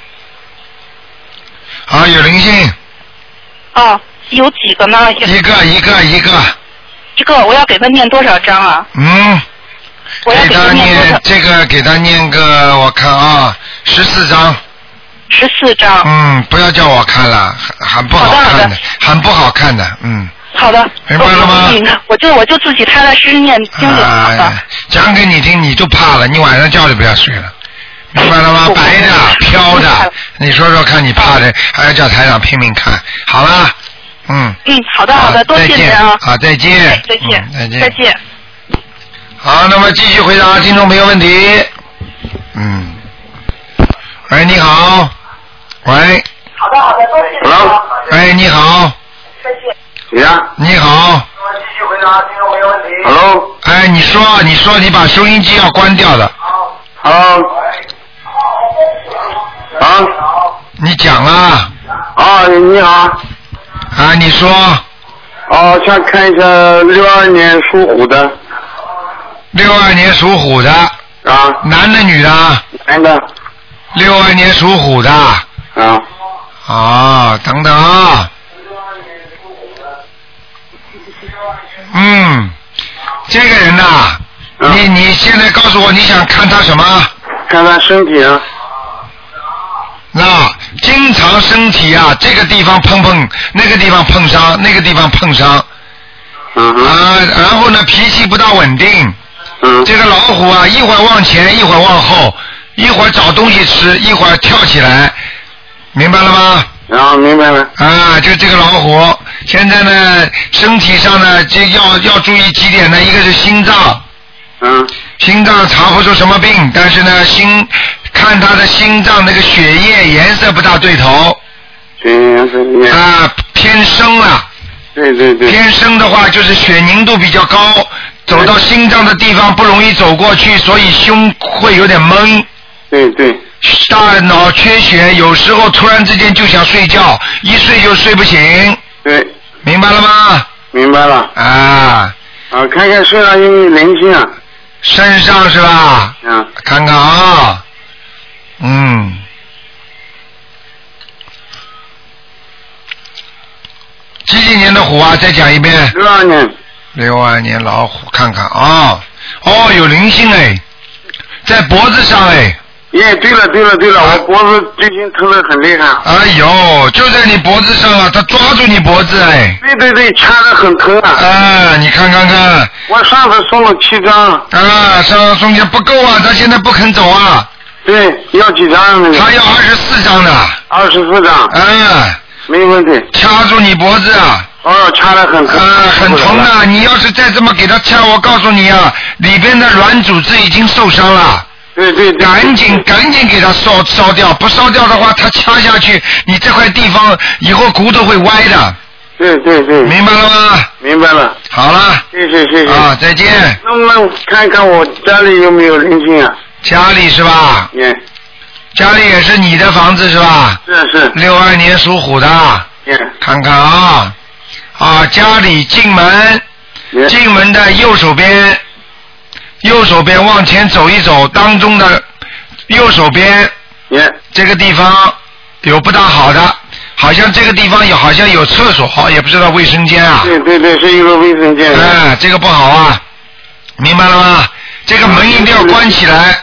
好，有灵性。 哦，有几个呢？ 一个，一个，一个。 一个，我要给他念多少章啊？ 嗯。 我要给他念这个，给他念个，我看啊，十四章。 十四章。 嗯，不要叫我看了，很很不好看的，很不好看的，嗯。 好的。 明白了吗？ 我就我就自己踏踏实实念经就好了。 讲给你听，你就怕了，你晚上觉就不要睡了，明白了吗？白的、飘的，你说说看，你怕的，还要叫台长拼命看，好了，嗯。 嗯，好的好的，多谢您啊。 好，再见。 再见。 再见。 再见。 好，那么继续回答听众朋友问题。嗯。喂，你好。喂。 好的好的，多谢。 Hello。喂，你好。 再见。 谁呀？你好。 那么继续回答听众朋友问题。 Hello。哎，你说，你说，你把收音机要关掉的。 好。啊。 你讲啊。 啊，你好。 啊，你说。 哦，想看一下六二年属虎的。 六二年属虎的。 啊。 男的女的？ 男的。 六二年属虎的。 啊。 啊，等等啊。嗯，这个人呐、啊，你你现在告诉我你想看他什么？ 看他身体啊。 那经常身体啊这个地方碰碰，那个地方碰伤，那个地方碰伤。 嗯啊，然后呢脾气不大稳定。 嗯。 这个老虎啊，一会儿往前，一会儿往后，一会儿找东西吃，一会儿跳起来，明白了吗？ 啊，明白了。 啊，就这个老虎，现在呢，身体上呢，就要要注意几点呢？一个是心脏。 嗯。 心脏查不出什么病，但是呢，心看他的心脏那个血液颜色不大对头。 血液颜色。 啊，偏深了。 对对对。 偏深的话，就是血凝度比较高，走到心脏的地方不容易走过去，所以胸会有点闷。 对对。 大脑缺血，有时候突然之间就想睡觉，一睡就睡不醒。 对。 明白了吗？ 明白了。 啊。 啊，看看身上有没有灵性啊？ 身上是吧？ 嗯。 看看啊，嗯，几几年的虎啊？再讲一遍。 六二年。 六二年老虎，看看啊，哦，有灵性哎，在脖子上哎。 耶，对了对了对了，我脖子最近疼得很厉害。 哎呦，就在你脖子上啊，他抓住你脖子哎。 对对对，掐得很疼啊。 啊，你看看看。 我上次送了七张。 啊，上次送钱不够啊，他现在不肯走啊。 对，要几张那个？ 他要二十四张的。 二十四张。 嗯。 没问题。 掐住你脖子啊。 哦，掐得很疼。 啊，很疼的。你要是再这么给他掐，我告诉你啊，里边的软组织已经受伤了。 对对。 赶紧赶紧给他烧烧掉，不烧掉的话，他掐下去，你这块地方以后骨头会歪的。 对对对。 明白了吗？ 明白了。 好了。 谢谢谢谢。 啊，再见。 能不能看看我家里有没有灵性啊？ 家里是吧？ 嗯。 家里也是你的房子是吧？ 是是。 六二年属虎的。 嗯。 看看啊啊，家里进门，进门的右手边。右手边往前走一走，当中的右手边，这个地方有不大好的，好像这个地方有好像有厕所，也不知道卫生间啊。 对对对，是一个卫生间。 哎，这个不好啊，明白了吗？这个门一定要关起来。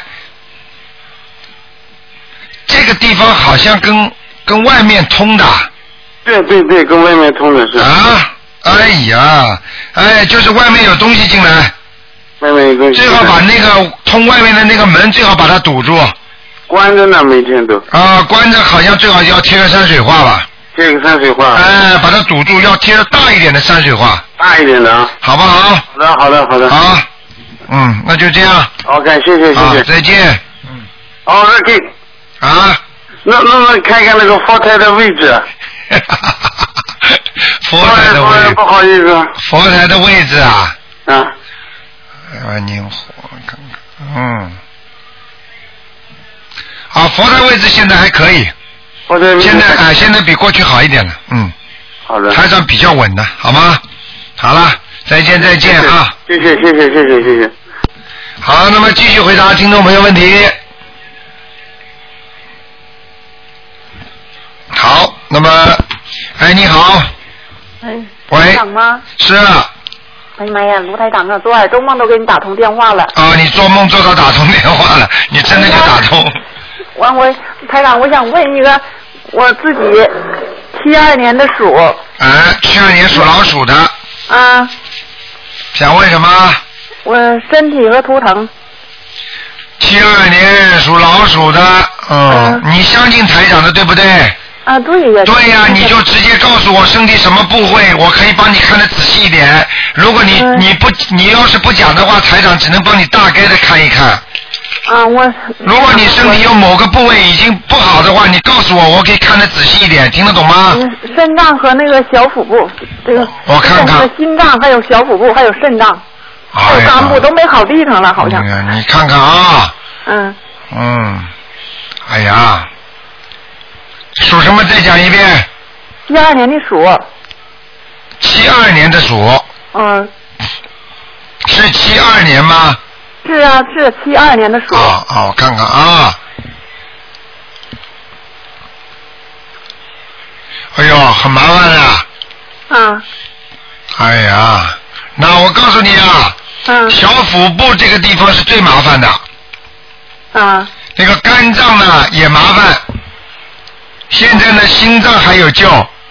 这个地方好像跟跟外面通的。 对对对，跟外面通的是。 啊，哎呀，哎，就是外面有东西进来。 外面有东西。 最好把那个通外面的那个门最好把它堵住。 关着呢，每天都。 啊，关着好像最好要贴个山水画吧。 贴个山水画。 哎，把它堵住，要贴大一点的山水画。 大一点的啊。 好不好？ 好的，好的，好的。 好，嗯，那就这样。 OK，谢谢，谢谢。 再见。 嗯。哦，那给。 啊。 那那那看看那个佛台的位置。 佛台的位置。 不好意思。 佛台的位置啊。 啊。 万年火，看看，嗯，好，佛台位置现在还可以，现在啊、呃，现在比过去好一点了，嗯， 好的， 台上比较稳的，好吗？好了，再见再见啊！ 谢谢谢谢谢谢谢谢。 好，那么继续回答听众朋友问题。好，那么，哎，你好。 哎。 喂。 台长吗？ 是啊。 哎呀妈呀，卢台长啊，昨晚做梦都给你打通电话了。 啊，你做梦做到打通电话了，你真的就打通。 完、哎、我台长，我想问一个，我自己七二年的鼠。 哎，七二年属老鼠的。 啊。 想问什么？ 我身体和图腾。 七二年属老鼠的，嗯， 嗯你相信台长的对不对？ 啊，对呀。 对呀，你就直接告诉我身体什么部位，我可以帮你看得仔细一点。如果你、嗯、你不你要是不讲的话，台长只能帮你大概的看一看。 啊，我。 如果你身体有某个部位已经不好的话，你告诉我，我可以看得仔细一点，听得懂吗？ 嗯，肾脏和那个小腹部，这个。 我看看。 心脏还有小腹部还有肾脏，还有肝部都没好地方了，好像。 嗯、你看看啊。 嗯。 嗯。哎呀。属什么？再讲一遍。 七二年的鼠。 七二年的鼠。 嗯。 是七二年吗？ 是啊，是七二年的鼠。 啊啊，我看看啊。哎呦，很麻烦啊。 啊。 哎呀，那我告诉你啊。 嗯。 小腹部这个地方是最麻烦的。 啊。 那个肝脏呢也麻烦。 现在呢，心脏还有救。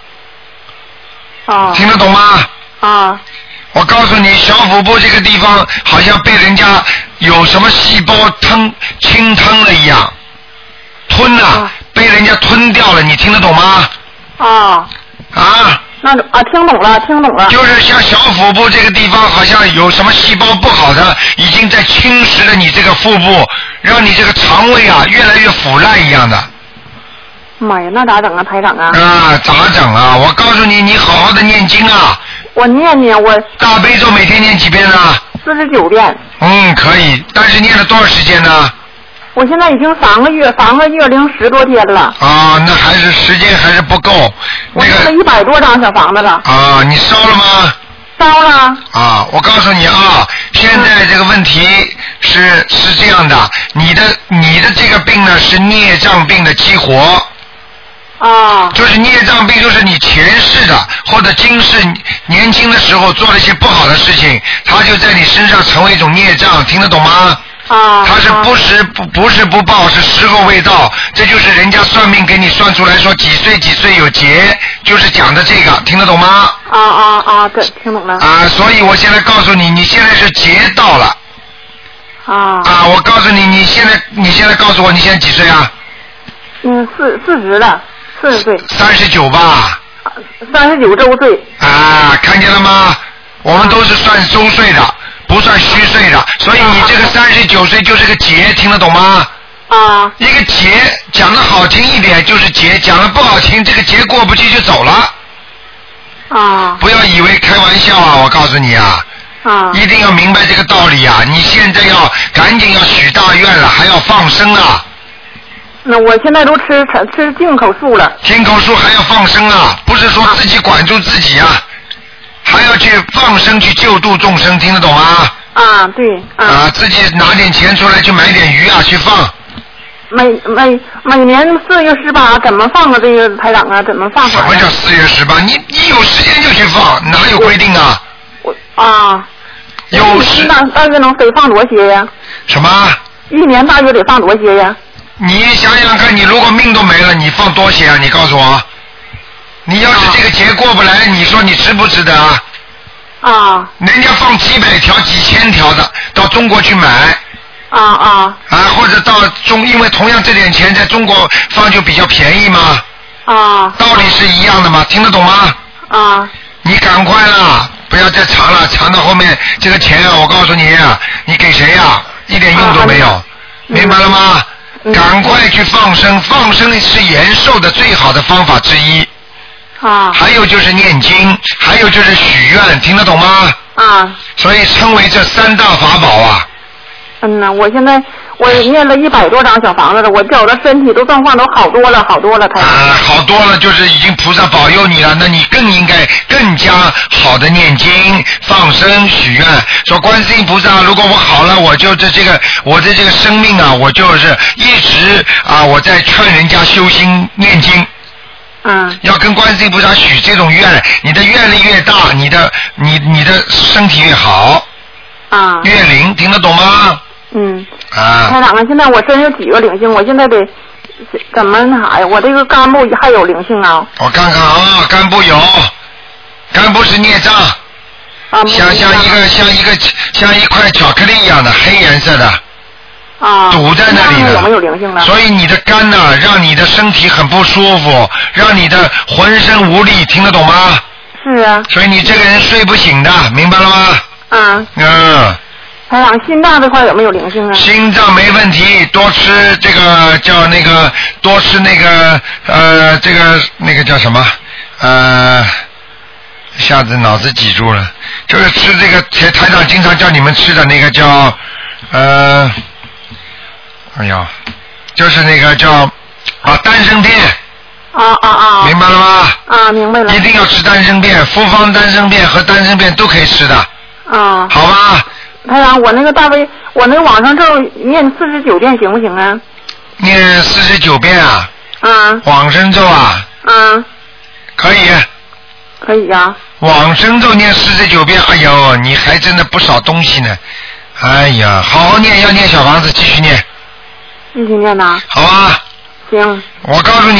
哦。 听得懂吗？ 啊。 我告诉你，小腹部这个地方好像被人家有什么细胞吞侵吞了一样，吞了、啊，被人家吞掉了，你听得懂吗？ 啊。 啊。 那啊，听懂了，听懂了。 就是像小腹部这个地方，好像有什么细胞不好的，已经在侵蚀了你这个腹部，让你这个肠胃啊越来越腐烂一样的。 妈呀，那咋整啊，台长啊？ 啊，咋整啊？我告诉你，你好好的念经啊。 我念念我。 大悲咒每天念几遍呢？ 四十九遍。 嗯，可以，但是念了多少时间呢？ 我现在已经三个月，三个月零十多天了。 啊，那还是时间还是不够。 我烧了一百多张小房子了。 啊，你烧了吗？ 烧了。 啊，我告诉你啊，现在这个问题是、嗯、是这样的，你的你的这个病呢是孽障病的激活。 啊。 就是孽障病，就是你前世的或者今世年轻的时候做了一些不好的事情，它就在你身上成为一种孽障，听得懂吗？ 啊。 它是不时不不是不报，是时候未到，这就是人家算命给你算出来说几岁几岁有劫，就是讲的这个，听得懂吗？ 啊啊啊，对，听懂了。 啊，所以我现在告诉你，你现在是劫到了。 啊。 啊，我告诉你，你现在你现在告诉我，你现在几岁啊？ 嗯，四四十了。四十岁， 三十九吧， 三十九周岁啊，看见了吗？我们都是算周岁的，不算虚岁的，所以你这个三十九岁就是个劫，听得懂吗？ 啊， 一个劫讲的好听一点就是劫，讲的不好听，这个劫过不去就走了。 啊， 不要以为开玩笑啊，我告诉你啊， 啊， 一定要明白这个道理啊！你现在要赶紧要许大愿了，还要放生啊！ 那我现在都吃吃进口素了。 进口素还要放生啊，不是说自己管住自己啊，还要去放生去救度众生，听得懂吗？ 啊，对。啊, 啊，自己拿点钱出来去买点鱼啊，去放。 每每每年四月十八怎么放啊？这个台长啊，怎么放法？ 什么叫四月十八？你你有时间就去放，哪有规定啊？ 我啊。 有时。 大大约能得放多些呀？ 什么？ 一年大约得放多些呀？ 你想想看，你如果命都没了，你放多些啊？你告诉我，你要是这个节过不来，你说你值不值得啊？ 啊。 人家放几百条、几千条的到中国去买。 啊啊。 啊，或者到中，因为同样这点钱在中国放就比较便宜嘛。 啊。 道理是一样的嘛，听得懂吗？ 啊。 你赶快啦，不要再藏了，藏到后面这个钱啊，我告诉你啊，你给谁呀、啊？一点用都没有，啊、明白了吗？嗯、赶快去放生，放生是延寿的最好的方法之一。 啊。还有就是念经，还有就是许愿，听得懂吗？ 啊。 所以称为这三大法宝啊。 嗯呐，我现在我念了一百多张小房子了，我觉得身体都状况都好多了，好多了，台长。 啊，好多了，就是已经菩萨保佑你了，那你更应该更加好的念经、放生、许愿，说观世音菩萨，如果我好了，我就这这个我的这个生命啊，我就是一直啊，我在劝人家修心念经。 嗯。 要跟观世音菩萨许这种愿，你的愿力越大，你的你你的身体越好。 啊。 越灵，听得懂吗？ 嗯， 啊， 台长啊，现在我身上有几个灵性，我现在得怎么那啥呀？我这个肝部还有灵性啊？ 我看看啊，肝部有，肝部是孽障， 啊， 像像一个像一个像一块巧克力一样的黑颜色的， 啊， 堵在那里的， 有没有灵性了？ 所以你的肝呢、啊，让你的身体很不舒服，让你的浑身无力，听得懂吗？ 是啊。 所以你这个人睡不醒的，明白了吗？ 嗯。 嗯。 台长，心脏这块有没有灵性啊？ 心脏没问题，多吃这个叫那个，多吃那个呃，这个那个叫什么呃，一下子脑子挤住了，就是吃这个台台长经常叫你们吃的那个叫呃，哎呀，就是那个叫啊丹参片。 啊啊啊！ 明白了吗？ 啊，明白了。 一定要吃丹参片，复方丹参片和丹参片都可以吃的。 啊。 好吧。 台长，我那个大悲，我那个往生咒念四十九遍行不行啊？ 念四十九遍啊？ 啊。 往生咒啊？ 啊。 可以。 可以呀、啊。 往生咒念四十九遍，哎呦，你还真的不少东西呢。哎呀，好好念，要念小房子，继续念。 继续念呐。 好啊。 行。 我告诉你，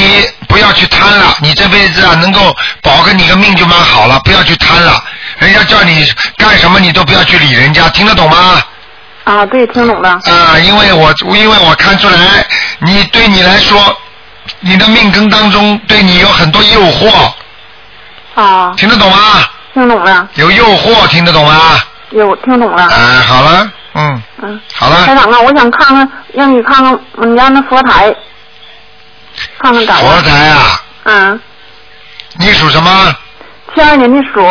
不要去贪了，你这辈子啊能够保个你个命就蛮好了，不要去贪了。人家叫你干什么你都不要去理人家，听得懂吗？ 啊，对，听懂了。 啊，因为我因为我看出来，你对你来说，你的命根当中对你有很多诱惑。 啊。 听得懂吗？ 听懂了。 有诱惑，听得懂吗？ 有，听懂了。 哎，好了，嗯。 嗯。 好了。 台长啊，我想看看，让你看看我们家那佛台，看看咋样。 佛台啊。 嗯。 你属什么？ 七二年的鼠。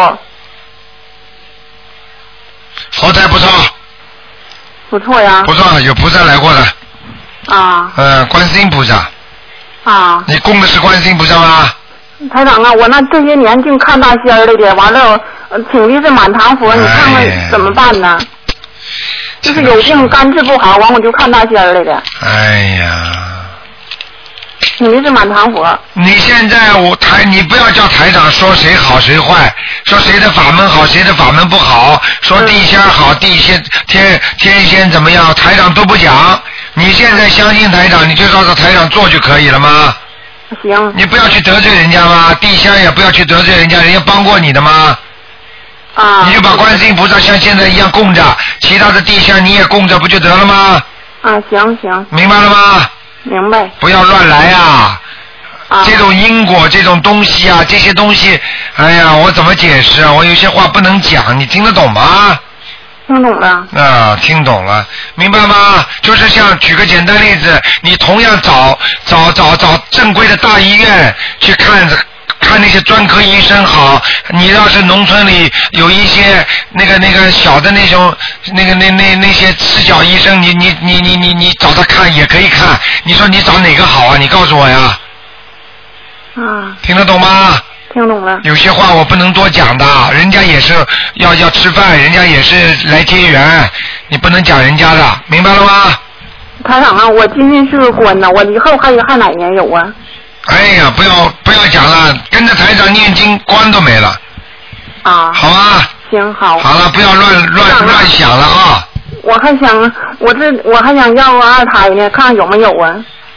佛台不错。 不错呀。 不错，有菩萨来过的。 啊。 呃，观世音菩萨。 啊。 你供的是观世音菩萨吗？ 台长啊，我那这些年净看大仙儿来的，完了，请的是满堂佛，你看看怎么办呢？哎、就是有病肝治不好，完我就看大仙儿来的。 哎呀。 请的是满堂佛。 你现在我台，你不要叫台长说谁好谁坏，说谁的法门好谁的法门不好，说地仙好地仙天天仙怎么样，台长都不讲。你现在相信台长，你就照着台长做就可以了吗？ 行。 你不要去得罪人家吗？地仙也不要去得罪人家，人家帮过你的吗？ 啊。 你就把观世音菩萨像现在一样供着，其他的地仙你也供着，不就得了吗？ 啊，行行。 明白了吗？ 明白。 不要乱来啊！ 啊。 这种因果，这种东西啊，这些东西，哎呀，我怎么解释啊？我有些话不能讲，你听得懂吗？ 听懂了。 啊，听懂了，明白吗？就是像举个简单例子，你同样找找找找正规的大医院去看看那些专科医生好，你要是农村里有一些那个那个小的那种那个那那那些赤脚医生，你你你你你你找他看也可以看，你说你找哪个好啊？你告诉我呀。 啊。 听得懂吗？ 听懂了。 有些话我不能多讲的，人家也是要要吃饭，人家也是来结缘，你不能讲人家的，明白了吗？ 台长啊，我今年是个官呢，我以后还有还哪年有啊？ 哎呀，不要不要讲了，跟着台长念经，官都没了。 啊。 好吧。 行好。 好了，不要乱乱乱想了啊。 我还想，我这我还想要个二胎呢，看看有没有啊。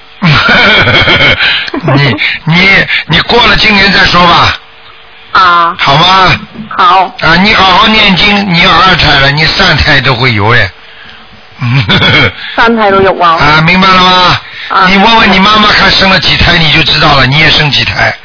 你你你过了今年再说吧。 啊。 好吗？ 好。 啊，你好好念经，你要二胎了，你三胎都会有哎。 三胎都有啊。 啊，明白了吗？ 啊。 你问问你妈妈看生了几胎，你就知道了，你也生几胎。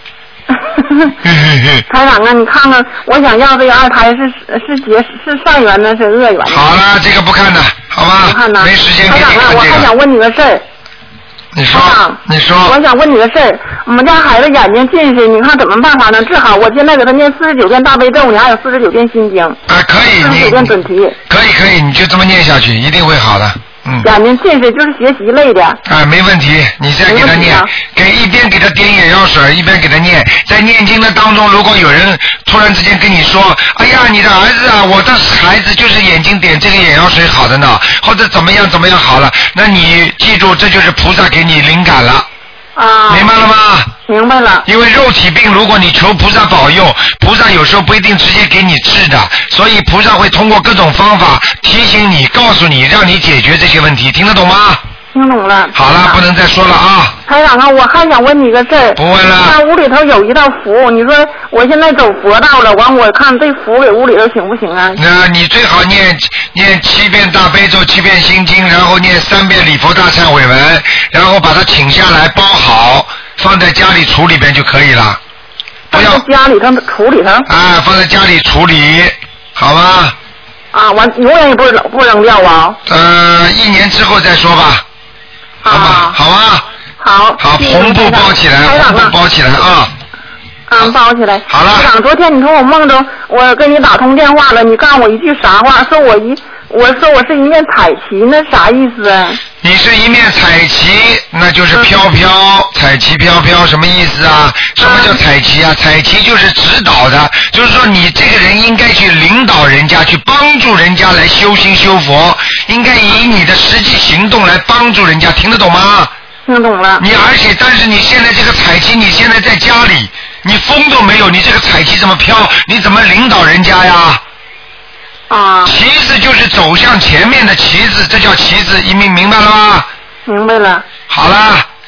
台长啊，你看看，我想要这个二胎是是结是善缘呢，是恶缘？ 好了，这个不看的，好吧？ 不看的。 没时间给你看这个。 台长啊，我还想问你个事儿。 你说。你说。 我想问你个事儿，我们家孩子眼睛近视，你看怎么办法能治好？我现在给他念四十九遍大悲咒，你还有四十九遍心经。 啊，可以， 四十九遍准提。 可以可以，你就这么念下去，一定会好的。嗯。 眼睛近视就是学习类的。 啊，没问题，你再给他念，给一边给他点眼药水，一边给他念。在念经的当中，如果有人突然之间跟你说：“哎呀，你的儿子啊，我的孩子就是眼睛点这个眼药水好的呢，或者怎么样怎么样好了。”那你记住，这就是菩萨给你灵感了。 啊。 明白了吗？ 明白了。 因为肉体病，如果你求菩萨保佑，菩萨有时候不一定直接给你治的，所以菩萨会通过各种方法提醒你、告诉你，让你解决这些问题，听得懂吗？ 听懂了。 好了，不能再说了啊。 台长啊，我还想问你个事儿。 不问了。 那屋里头有一道符，你说我现在走佛道了，完我看这符给屋里头行不行啊？ 那你最好念念七遍大悲咒，七遍心经，然后念三遍礼佛大忏悔文，然后把它请下来包好，放在家里橱里边就可以了。不要。 放在家里头橱里头。 啊，放在家里处理，好吗？ 啊，完永远也不不扔掉啊。 呃，一年之后再说吧。好吧，好吧。 好。 好，红布包起来，红布包起来啊。 嗯，包起来。 好了。 台长，昨天你说我梦中我跟你打通电话了，你告诉我一句啥话？说我一我说我是一面彩旗，那啥意思啊？ 你是一面彩旗，那就是飘飘，彩旗飘飘，什么意思啊？什么叫彩旗啊？彩旗就是指导的，就是说你这个人应该去领导人家，去帮助人家来修心修佛，应该以你的实际行动来帮助人家，听得懂吗？ 听懂了。 你而且，但是你现在这个彩旗，你现在在家里，你风都没有，你这个彩旗怎么飘？你怎么领导人家呀？ 啊。 旗子就是走向前面的旗子，这叫旗子，你明明白了吗？ 明白了。 好了，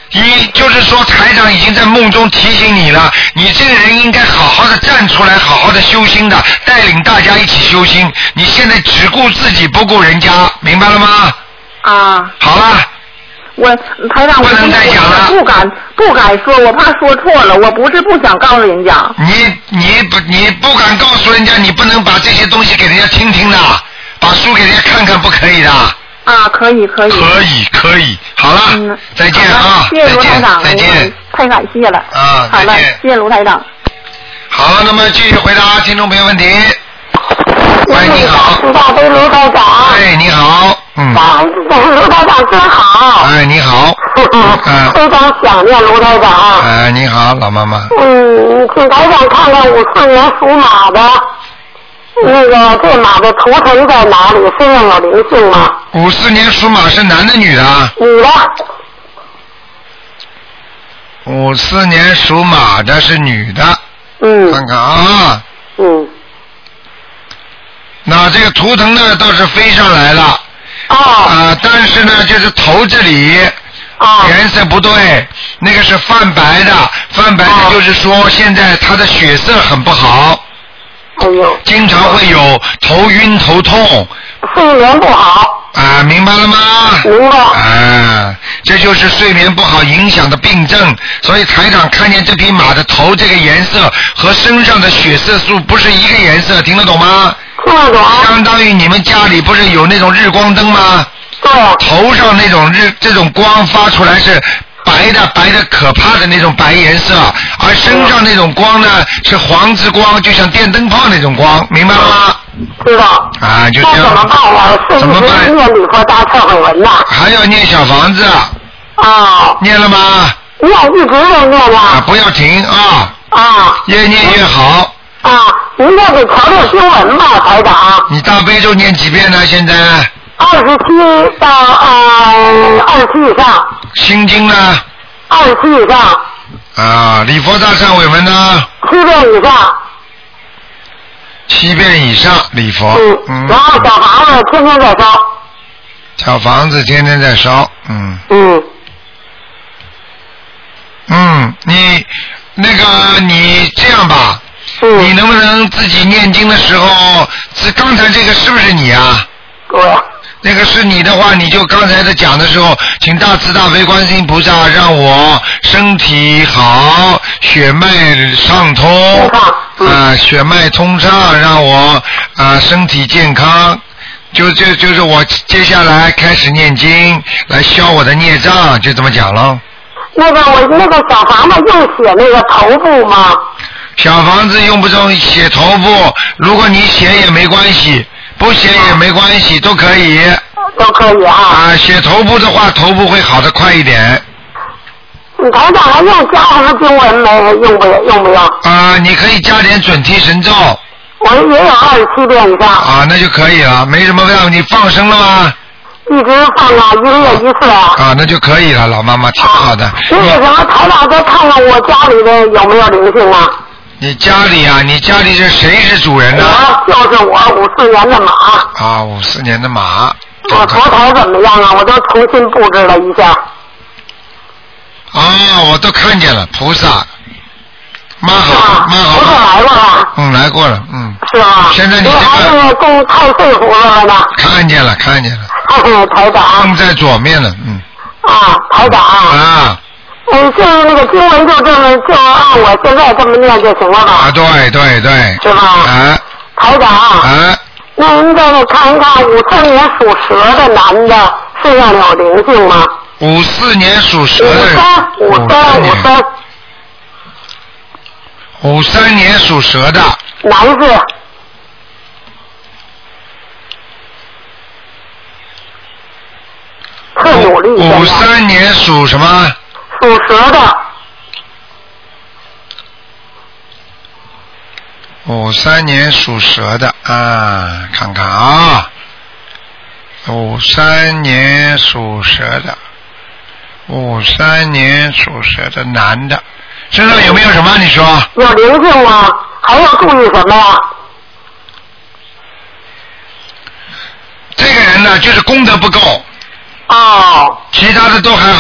一就是说，台长已经在梦中提醒你了，你这个人应该好好的站出来，好好的修心的，带领大家一起修心。你现在只顾自己，不顾人家，明白了吗？ 啊。 好了。 我台长， 不能再讲了。 我不敢不敢说，我怕说错了。我不是不想告诉人家。 你你不你不敢告诉人家，你不能把这些东西给人家听听的，把书给人家看看，不可以的。 啊，可以可以。 可以可以，好了，嗯、再见啊！ 谢谢卢台长， 再见， 太感谢了。 啊， 好了，谢谢卢台长。 好，那么继续回答听众朋友问题。喂，你好。 大慈大悲卢台长。 哎，你好。嗯。 啊，卢台长真好。 哎，你好。 嗯。非常想念卢台长。 哎，你好，老妈妈。 嗯，请台长看看五四年属马的。那个这马的图腾在哪里？身上有灵性吗？ 五四年属马是男的女的？ 女的。 五四年属马的是女的。 嗯。 看看啊。 嗯。 那这个图腾呢倒是飞上来了。 啊。 啊、呃，但是呢，就是头这里。 啊。 颜色不对，那个是泛白的，泛白的就是说现在他的血色很不好。 哎呦， 经常会有头晕头痛， 睡眠不好啊，明白了吗？ 明白。 啊，这就是睡眠不好影响的病症。所以台长看见这匹马的头这个颜色和身上的血色素不是一个颜色，听得懂吗？ 听得懂。 相当于你们家里不是有那种日光灯吗？ 对。 头上那种日这种光发出来是白的白的可怕的那种白颜色，而身上那种光呢是黄之光，就像电灯泡那种光，明白了吗？ 知道。 啊，就这样。 那怎么办呀？ 怎么办？ 念礼佛大忏悔文呐。 还要念小房子。 啊。 念了吗？ 念，一直在念呀。 啊，不要停啊。啊。越念越好。 啊，您再给调调经文吧，台长。 你大悲咒念几遍呢？现在？ 二十七到呃二十七以上。 心经呢？ 二十七以上。 啊，礼佛大忏悔文呢？ 七遍以上。 七遍以上礼佛。 嗯。嗯然后小房子天天在烧。 小房子天天在烧，嗯。 嗯。 嗯，你那个你这样吧， 嗯、 你能不能自己念经的时候，这刚才这个是不是你啊？ 对。 那个是你的话，你就刚才在讲的时候，请大慈大悲观世音菩萨让我身体好，血脉畅通，啊、呃，血脉通畅，让我啊、呃、身体健康。就就就是我接下来开始念经来消我的孽障，就这么讲了。 那个我那个小房子用写那个头部吗？ 小房子用不着写头部，如果你写也没关系。不写也没关系，都可以。 都可以啊。 啊，写头部的话，头部会好得快一点。 你台长还用加什么经文没？用不用不用？ 啊，你可以加点准提神咒。 我也有二十七遍以上。 啊，那就可以了，没什么问题。你放生了吗？ 一直放啊，一个月一次啊。 啊，那就可以了，老妈妈挺好的。 那个什么，台长再看看我家里的有没有灵性啊？ 你家里啊，你家里是谁是主人呢？ 我就是我五四年的马。 啊，五四年的马。 我佛台怎么样啊？我都重新布置了一下。 啊，我都看见了，菩萨，蛮好，蛮好。 菩萨来过了。 嗯，来过了，嗯。 是吧？ 现在你这个。 还是供太岁菩萨了呢。 看见了，看见了。 嗯，台长。 正在左面了，嗯。 啊，台长。 啊。 嗯，就是那个经文就这么就按我现在这么念就行了吧？ 啊，对对对。 是吧？ 啊。 台长。 啊。 那您再来看一看五三年属蛇的男的身上有灵性吗？ 五四年属蛇的人。 五三五三五三。 五三年属蛇的。 男士。特努力。 五三年属什么？ 属蛇的。 五三年属蛇的啊，看看啊，五三年属蛇的，五三年属蛇的男的，身上有没有什么？你说？ 有灵性吗？还要注意什么呀？ 这个人呢，就是功德不够。 哦。 其他的都还好。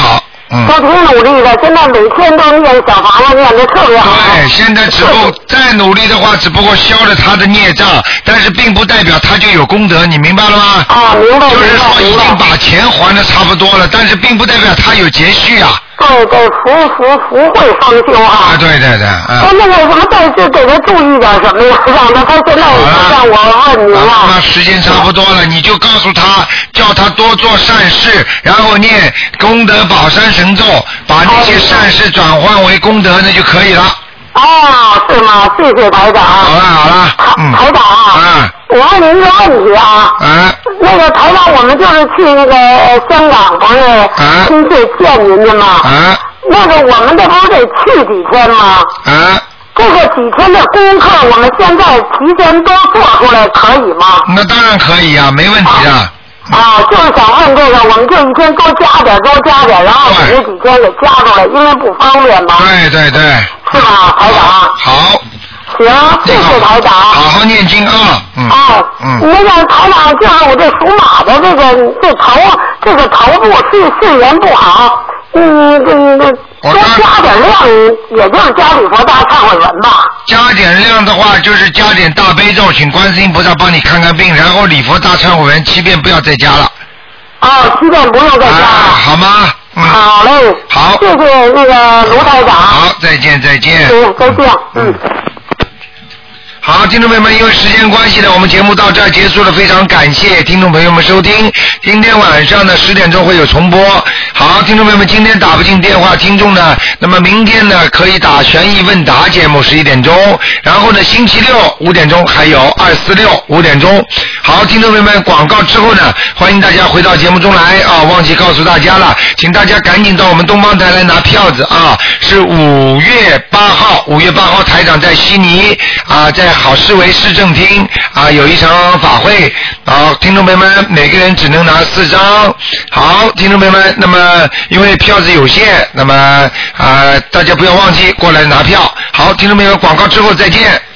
嗯， 都挺努力的，现在每天都念小房子，念的特别好。 对，现在只不再努力的话，只不过消了他的孽障，但是并不代表他就有功德，你明白了吗？ 啊，明白。 就是说已经把钱还的差不多了，但是并不代表他有节续啊。 对对，福福福慧双修啊！ 啊，对对对，啊。 那那个什么，再次给他注意点什么呀？让他他现在让我问你了。 那时间差不多了，你就告诉他，叫他多做善事，然后念功德宝山神咒，把那些善事转换为功德，那就可以了。 哦，是吗？谢谢台长。 好了好了， 嗯。台长啊，我问您一个问题啊。 啊。 那个台长，我们就是去那个香港不是亲戚见您的吗？ 啊。 那个我们这不是得去几天吗？ 啊。 这个几天的功课，我们现在提前都做出来可以吗？ 那当然可以啊，没问题的。 啊，就是想问这个，我们就一天多加点，多加点，然后这几天给加出来，因为不方便嘛。 对对对。 是吧，台长？ 好。 行，谢谢台长。 好好念经啊。嗯。 哎，嗯。那个台长，就是我这属马的这个这头这个头部睡睡眠不好，嗯，这个多加点量，也就是加礼佛大忏悔文吧。 加点量的话，就是加点大悲咒，请观世音菩萨帮你看看病，然后礼佛大忏悔文七遍不要再加了。 哦，七遍不用再加了。 啊，好吗？嗯。 好嘞。 好。 谢谢那个卢台长。 好，再见再见。 嗯，再见。嗯。 好，听众朋友们，因为时间关系呢，我们节目到这儿结束了，非常感谢听众朋友们收听。今天晚上呢十点钟会有重播。好，听众朋友们，今天打不进电话，听众呢，那么明天呢可以打悬疑问答节目十一点钟，然后呢星期六五点钟还有二四六五点钟。好，听众朋友们，广告之后呢，欢迎大家回到节目中来啊！忘记告诉大家了，请大家赶紧到我们东方台来拿票子啊！是五月八号，五月八号台长在悉尼啊，在好市委市政厅啊有一场法会。好，听众朋友们，每个人只能拿四张。好，听众朋友们，那么因为票子有限，那么啊大家不要忘记过来拿票。好，听众朋友们，广告之后再见。